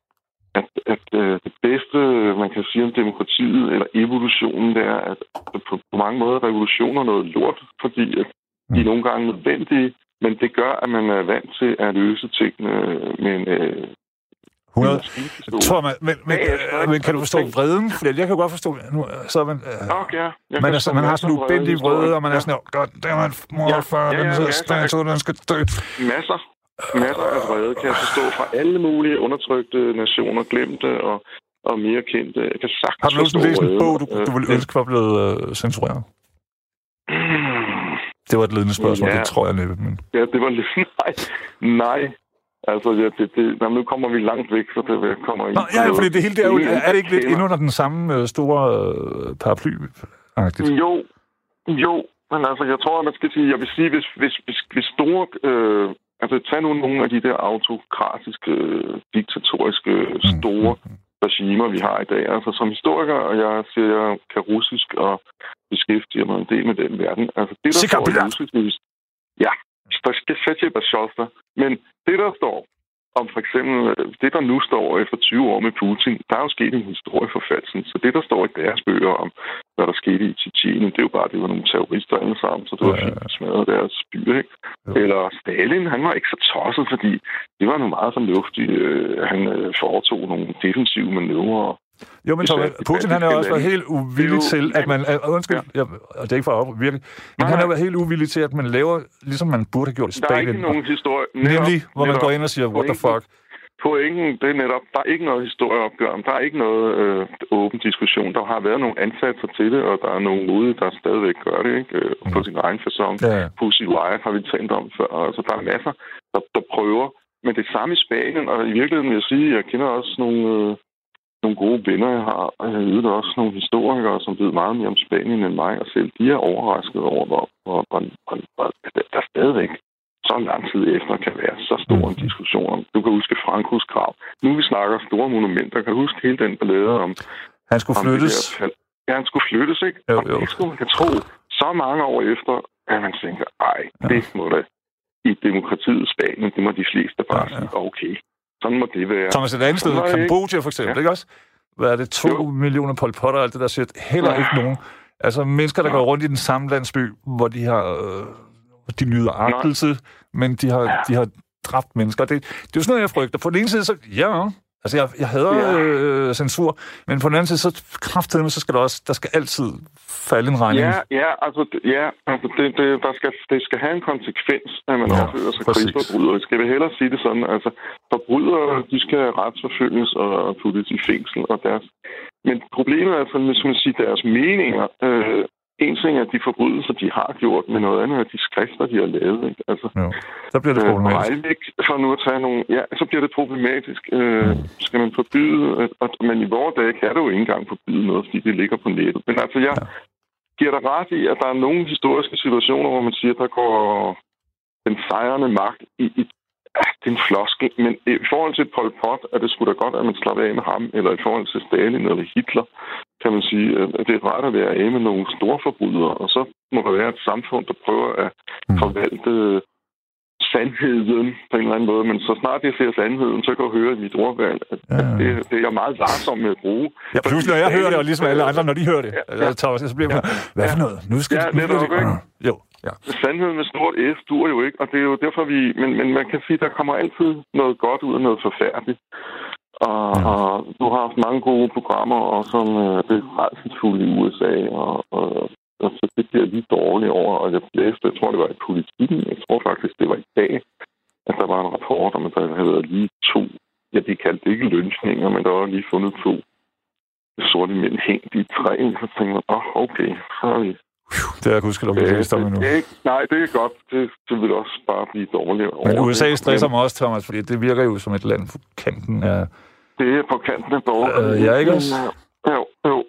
at det bedste, man kan sige om demokratiet eller evolutionen, det er, at på mange måder revolutioner noget lort, fordi at de er nogle gange nødvendige, men det gør, at man er vant til at løse tingene med en 100. Thomas, men kan du forstå vreden? For jeg kan godt forstå, nu så man man har sådan en ubændig vrede, og man er sådan, godt, det er man morfar, den skal dø. Masser af vrede kan jeg forstå fra alle mulige undertrykte nationer, glemte og mere kendte. Jeg kan sagtens har du nogensinde læst en bog, du ville ønske var blevet censureret? Det var et ledende spørgsmål, det tror jeg næppe. Men... Ja, det var lidt... Nej. Altså, nu kommer vi langt væk, så det kommer ikke... fordi det hele der er det ikke lidt ind under den samme store paraply-agtigt? Jo, men altså, jeg tror, at man skal sige... Jeg vil sige, hvis store Altså, tag nu nogle af de der autokratiske, diktatoriske, store regimer, vi har i dag. Altså, som historiker, og jeg siger, jeg kan russisk og beskæftiger mig en del med den verden. Altså, det, der står i russisk... Ja, men det, der står om for eksempel det, der nu står efter 20 år med Putin, der er jo sket en historieforfalskning. Så det, der står i deres bøger om, hvad der skete i Tjetjenien, det er jo bare, det var nogle terrorister alle sammen, så det var fint at smadre deres byer, ikke? Eller Stalin, han var ikke så tosset, fordi det var noget meget fornuftigt. Han foretog nogle defensive manøvrer. Jo, men Putin, han har også været helt uvillig til, at man... Undskyld, og det er ikke for at virkelig, men han har været helt uvillig til, at man laver, ligesom man burde have gjort i Spanien. Der er ikke nogen historie... Nemlig, hvor man går ind og siger, what the fuck? Pointen, det er netop, der er ikke noget historieopgør, der er ikke noget åben diskussion. Der har været nogle ansatser til det, og der er nogle ude, der stadigvæk gør det, ikke? På sin egen facon. Pussy Riot har vi talt om før. Altså, der er masser, der prøver. Men det samme i Spanien, og i virkeligheden vil jeg sige, jeg kender også nogle gode venner, jeg har, og jeg ved også nogle historikere, som ved meget mere om Spanien end mig, og selv de er overrasket over, hvor der stadigvæk så lang tid efter kan være så stor en diskussion om. Du kan huske Francos krav. Nu vi snakker store monumenter, kan du huske hele den ballade om... Han skulle flyttes. Han skulle flyttes, ikke? Jo. Og det skulle man kan tro så mange år efter, at man tænker, det må da i demokratiets Spanien, det må de fleste bare sige, okay. Sådan må det være. Thomas, et andet sted, Kambodja for eksempel, ikke også? Hvad er det? 2 millioner Pol Pot og alt det der shit. Heller ikke nogen. Altså mennesker, der går rundt i den samme landsby, hvor de har... de nyder agtelse, men de har dræbt mennesker. Det er jo sådan noget, jeg frygter. På den ene side, så... Altså, jeg hader censur, men på den anden side, så kraftedeme, så skal der skal altid falde en regning. Det skal have en konsekvens, at man opfører sig krigsforbrydere. Skal vi hellere sige det sådan, altså, forbrydere, de skal retsforfølges og puttes i fængsel og deres... Men problemet er, altså, hvis man siger, deres meninger... En ting er de forbrydelser, de har gjort, men noget andet er de skrifter, de har lavet. Ikke? Altså, så bliver det problematisk. For nu at tage nogle... Ja, så bliver det problematisk. Skal man forbyde... Men i vores dage kan du jo ikke engang forbyde noget, fordi det ligger på nettet. Men altså, jeg giver dig ret i, at der er nogle historiske situationer, hvor man siger, at der går den sejrende magt i det er en floskel, men i forhold til Pol Pot, er det sgu da godt, at man slapper af med ham, eller i forhold til Stalin eller Hitler, kan man sige, at det er ret at være af med nogle store forbrydere, og så må der være et samfund, der prøver at forvalte sandheden på en eller anden måde, men så snart jeg ser sandheden, så kan jeg høre i mit ordvalg, at det er jeg meget varsom med at bruge. Ja, pludselig, når jeg hører det, og ligesom alle andre, når de hører det, så bliver man, hvad for noget? Nu skal det. Ja. Sandheden med stort F duer jo ikke, og det er jo derfor, men man kan sige, der kommer altid noget godt ud af noget forfærdeligt. Og du har haft mange gode programmer, og som det er rædselsfuldt i USA, og så det bliver lige dårligt over, og jeg tror, det var i Politikken. Jeg tror faktisk, det var i dag, at der var en rapport om, at der havde været lige 2, de kaldte det ikke lynchninger, men der var lige fundet 2 sorte mænd hængt i træ, så tænkte man, okay, så er vi... Det har jeg ikke husket, om det er nu. Nej, det er godt. Det vil også bare blive dårligt. Men USA stresser mig også, Thomas, fordi det virker jo som et land på kanten af... Det er på kanten af dårligt. Ja, ikke også? Jo.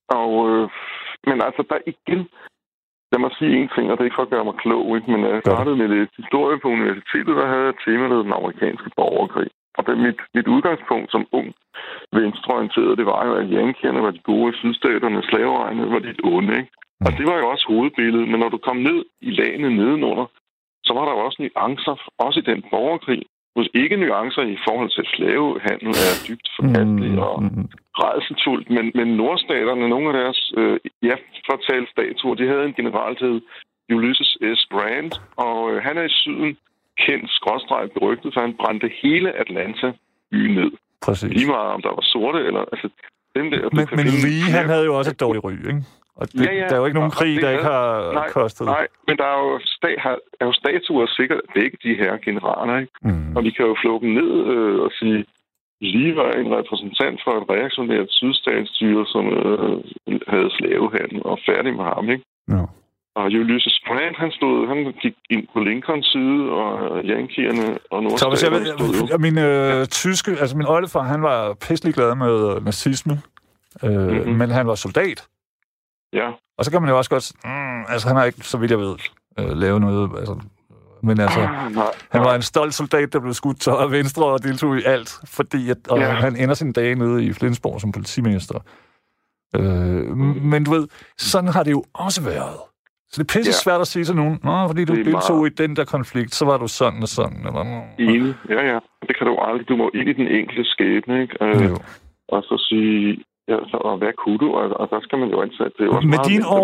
Men altså, der igen... Lad mig sige en ting, og det er ikke for at gøre mig klog, ikke? Men jeg startede med lidt historie på universitetet, der havde et tema, der hed den amerikanske borgerkrig. Og det mit udgangspunkt som ung venstreorienteret, det var jo, at yankierne var de gode i sydstaterne, slaveejerne var de onde, ikke? Og det var jo også hovedbilledet, men når du kom ned i lagene nedenunder, så var der jo også nuancer, også i den borgerkrig. Ikke nuancer i forhold til slavehandel er dybt forkasteligt og rædselsfuldt, men nordstaterne, nogle af deres fortalstatuer, de havde en general, der hed Ulysses S. Grant, og han er i syden kendt berygtet, for han brændte hele Atlanta byen ned. Præcis. Lige meget om der var sorte, eller... Altså, den der, men Lee, han havde jo også et dårligt ry, ikke? Og det, der er jo ikke nogen krig, der ikke har kostet. Nej, men der er jo statuer sikkert begge de her generaler, ikke? Og vi kan jo flå dem ned og sige, Lee var en repræsentant for et reaktionært sydstatsstyre, som havde slavehandel og færdig med ham, ikke? Ja. Og Ulysses Grant, han gik ind på Lincolns side, og yankierne og nordstaterne stod... Min oldefar, han var pisselig glad med nazisme, men han var soldat. Ja. Og så kan man jo også godt... han har ikke, så vidt jeg ved, lavet noget... Men altså, han var en stolt soldat, der blev skudt til højre og venstre og deltog i alt, fordi han ender sine dage nede i Flensborg som politimester. Men du ved, sådan har det jo også været. Så det er pisse svært at sige til nogen, fordi du deltog i den der konflikt, så var du sådan og sådan. Eller... Enig, ja. Det kan du aldrig. Du må ind i den enkelte skæbne, ikke? Og så sige, og hvad kunne du? Og der skal man jo ansætte. Det også med dine år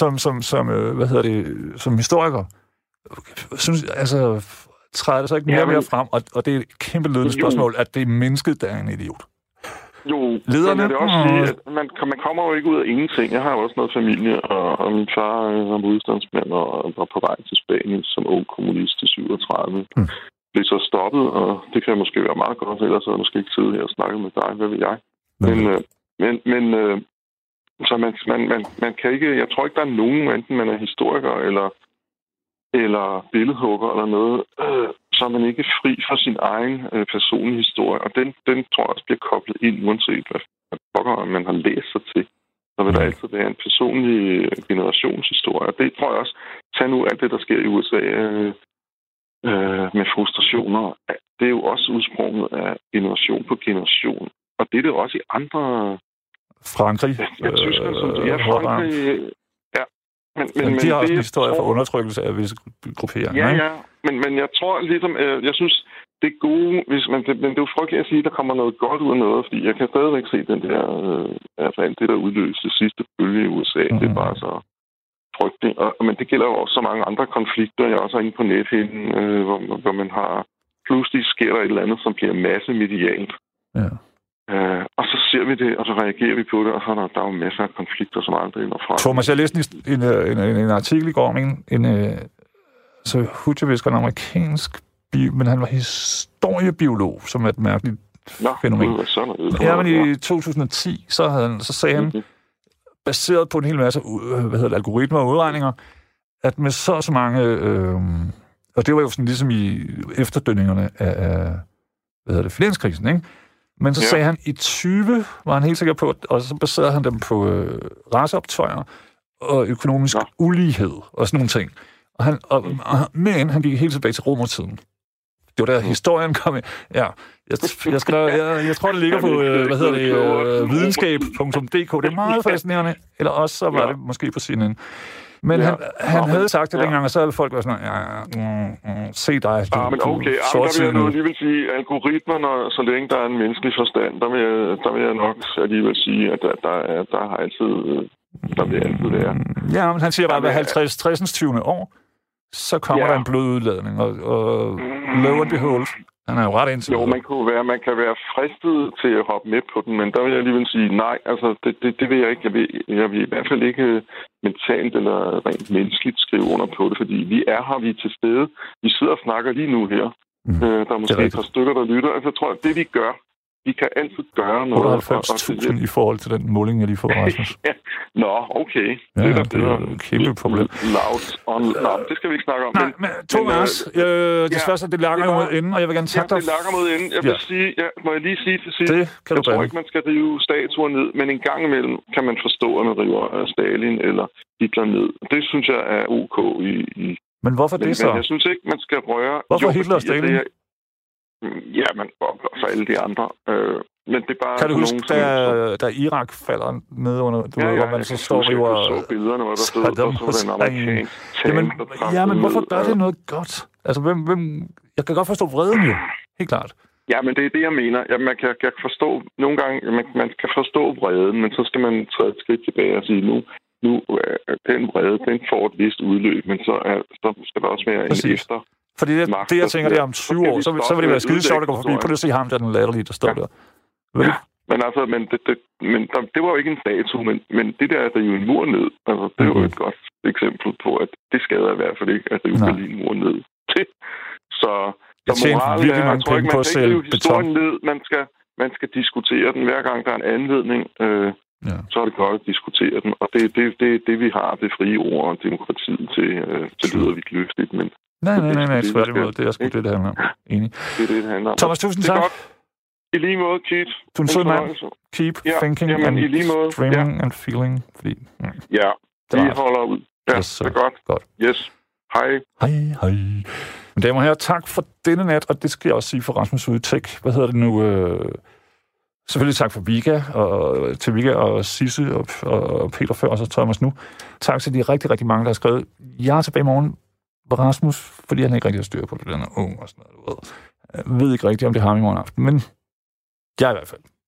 som historiker, synes altså, træder det så ikke mere og mere frem, og det er et kæmpe ledende spørgsmål, at det er mennesket, der er en idiot. Jo, lederne, men det er også sige, at man kommer jo ikke ud af ingenting. Jeg har jo også noget familie, og min far var modstandsmand og var på vej til Spanien som ung kommunist i 37. Blev så stoppet, og det kan måske være meget godt, ellers havde jeg måske ikke siddet her og snakket med dig, hvad ved jeg. Men så man kan ikke, jeg tror ikke, der er nogen, enten man er historiker eller billedhugger eller noget, så er man ikke fri for sin egen personlige historie. Og den tror jeg også bliver koblet ind, uanset hvad man har læst sig til. Så vil der altid være en personlig generationshistorie. Og det tror jeg også, tag nu alt det, der sker i USA med frustrationer. Det er jo også udsprunget af generation på generation. Og det er det også i andre... Frankrig. Tyskland, Frankrig... Men de har også en historie for undertrykkelse af visse grupperinger. Ja, men jeg tror ligesom, jeg synes, det er gode, men det er jo frygteligt at sige, at der kommer noget godt ud af noget, fordi jeg kan stadigvæk se den der, alt det der udløste sidste bølge i USA, det er bare så frygteligt. Men det gælder jo også så mange andre konflikter, jeg også er inde på nethinden, hvor man har, pludselig sker der et eller andet, som bliver massemedialt. Ja. Og så ser vi det, og så reagerer vi på det, og så er der jo masser af konflikter, som aldrig når fra. Thomas, jeg læste en artikel i går om så Hutjevisk er en amerikansk men han var historiebiolog, som er et mærkeligt fænomen. Men i 2010, så sagde han, baseret på en hel masse algoritmer og udregninger, at med så mange, og det var jo sådan ligesom i efterdønningerne af finanskrisen, ikke? Men så sagde han, i 20 var han helt sikker på, og så baserede han dem på raceoptøjer og økonomisk ulighed og sådan nogle ting. Men han gik helt tilbage til romertiden. Det var der historien kom ind. Ja, jeg tror, det ligger på, videnskab.dk. Det er meget fascinerende. Eller også så var det måske på CNN. Men han havde sagt det dengang, og så havde folk været sådan, se dig. Men okay, der vil jeg nu alligevel sige, algoritmerne, så længe der er en menneskelig forstand, der vil jeg nok alligevel sige, at der har altid, der vil altid være. Ja, men han siger bare, at hver 50-60. 20. år, så kommer der en blød udladning, og lo and behold, han er jo ret indtil. Jo, man kan være fristet til at hoppe med på den, men der vil jeg alligevel sige, nej, altså, det vil jeg ikke. Jeg vil i hvert fald ikke mentalt eller rent menneskeligt skrive under på det, fordi vi er her, vi er til stede. Vi sidder og snakker lige nu her. Der er måske et par stykker, der lytter. Altså, jeg tror, det vi gør, vi kan altid gøre noget. 98.000 i forhold til den måling, jeg lige får, Rasmus. Nå, okay. Ja, det er et kæmpe problem. Det skal vi ikke snakke om. Nej, men Thomas, desværre så det lakker mod enden, og jeg vil gerne takke dig. Det lakker mod enden. Jeg vil sige, må jeg lige sige til sidst, jeg tror ikke, man skal rive statuer ned, men en gang imellem kan man forstå, at man river Stalin eller Hitler ned. Det synes jeg er ok i... Men hvorfor det så? Men jeg synes ikke, man skal røre... Hvorfor Hitler og Stalin? Ja, man for alle de andre. Men det er bare... Kan du huske, da Irak falder ned under... hvor man så står og river... så billederne, hvor der stod, og så var det en amerikansk tank, men hvorfor gør det noget godt? Altså, jeg kan godt forstå vreden jo. Helt klart. Ja, men det er det, jeg mener. Ja, man kan forstå... Nogle gange, man kan forstå vreden, men så skal man træde et skridt tilbage og sige, nu den vrede, den får et vist udløb, men så skal der også være en efter... Fordi det jeg tænker, det er om 20 år, så vil det være skide sjovt at gå forbi. Prøv lige at se ham, der den latterlige, der står der. Ja, men det var jo ikke en dato, men det der, der er jo en mur ned. Altså, det er jo et godt eksempel på, at det skader i hvert fald ikke, at rive Berlin-muren ned. Så jeg tjener virkelig mange penge på at sælge beton. Ned. Man skal diskutere den. Hver gang der er en anledning, så er det godt at diskutere den. Og det er det, vi har, det frie ord og demokratiet til. Det lyder vidt løftigt, men... Nej, tværtimod. Det er sgu det handler om. Enig. Det er det handler om. Thomas, tusind tak. I lige måde, Keith. Du er en sød mand. Keep thinking and dreaming and feeling. Fordi, vi holder ud. Ja, det er godt. Godt. Yes. Hej. Hej. Men damer og herrer, tak for denne nat, og det skal jeg også sige for Rasmus ude i Tech. Hvad hedder det nu? Selvfølgelig tak for Vika og Sisse og Peter før, og så Thomas nu. Tak til de rigtig, rigtig mange, der har skrevet. Jeg er tilbage i morgen på Rasmus, fordi han ikke rigtig har styr på det, den er ung og sådan noget. Jeg ved ikke rigtigt, om det har ham i morgen aften, men jeg i hvert fald.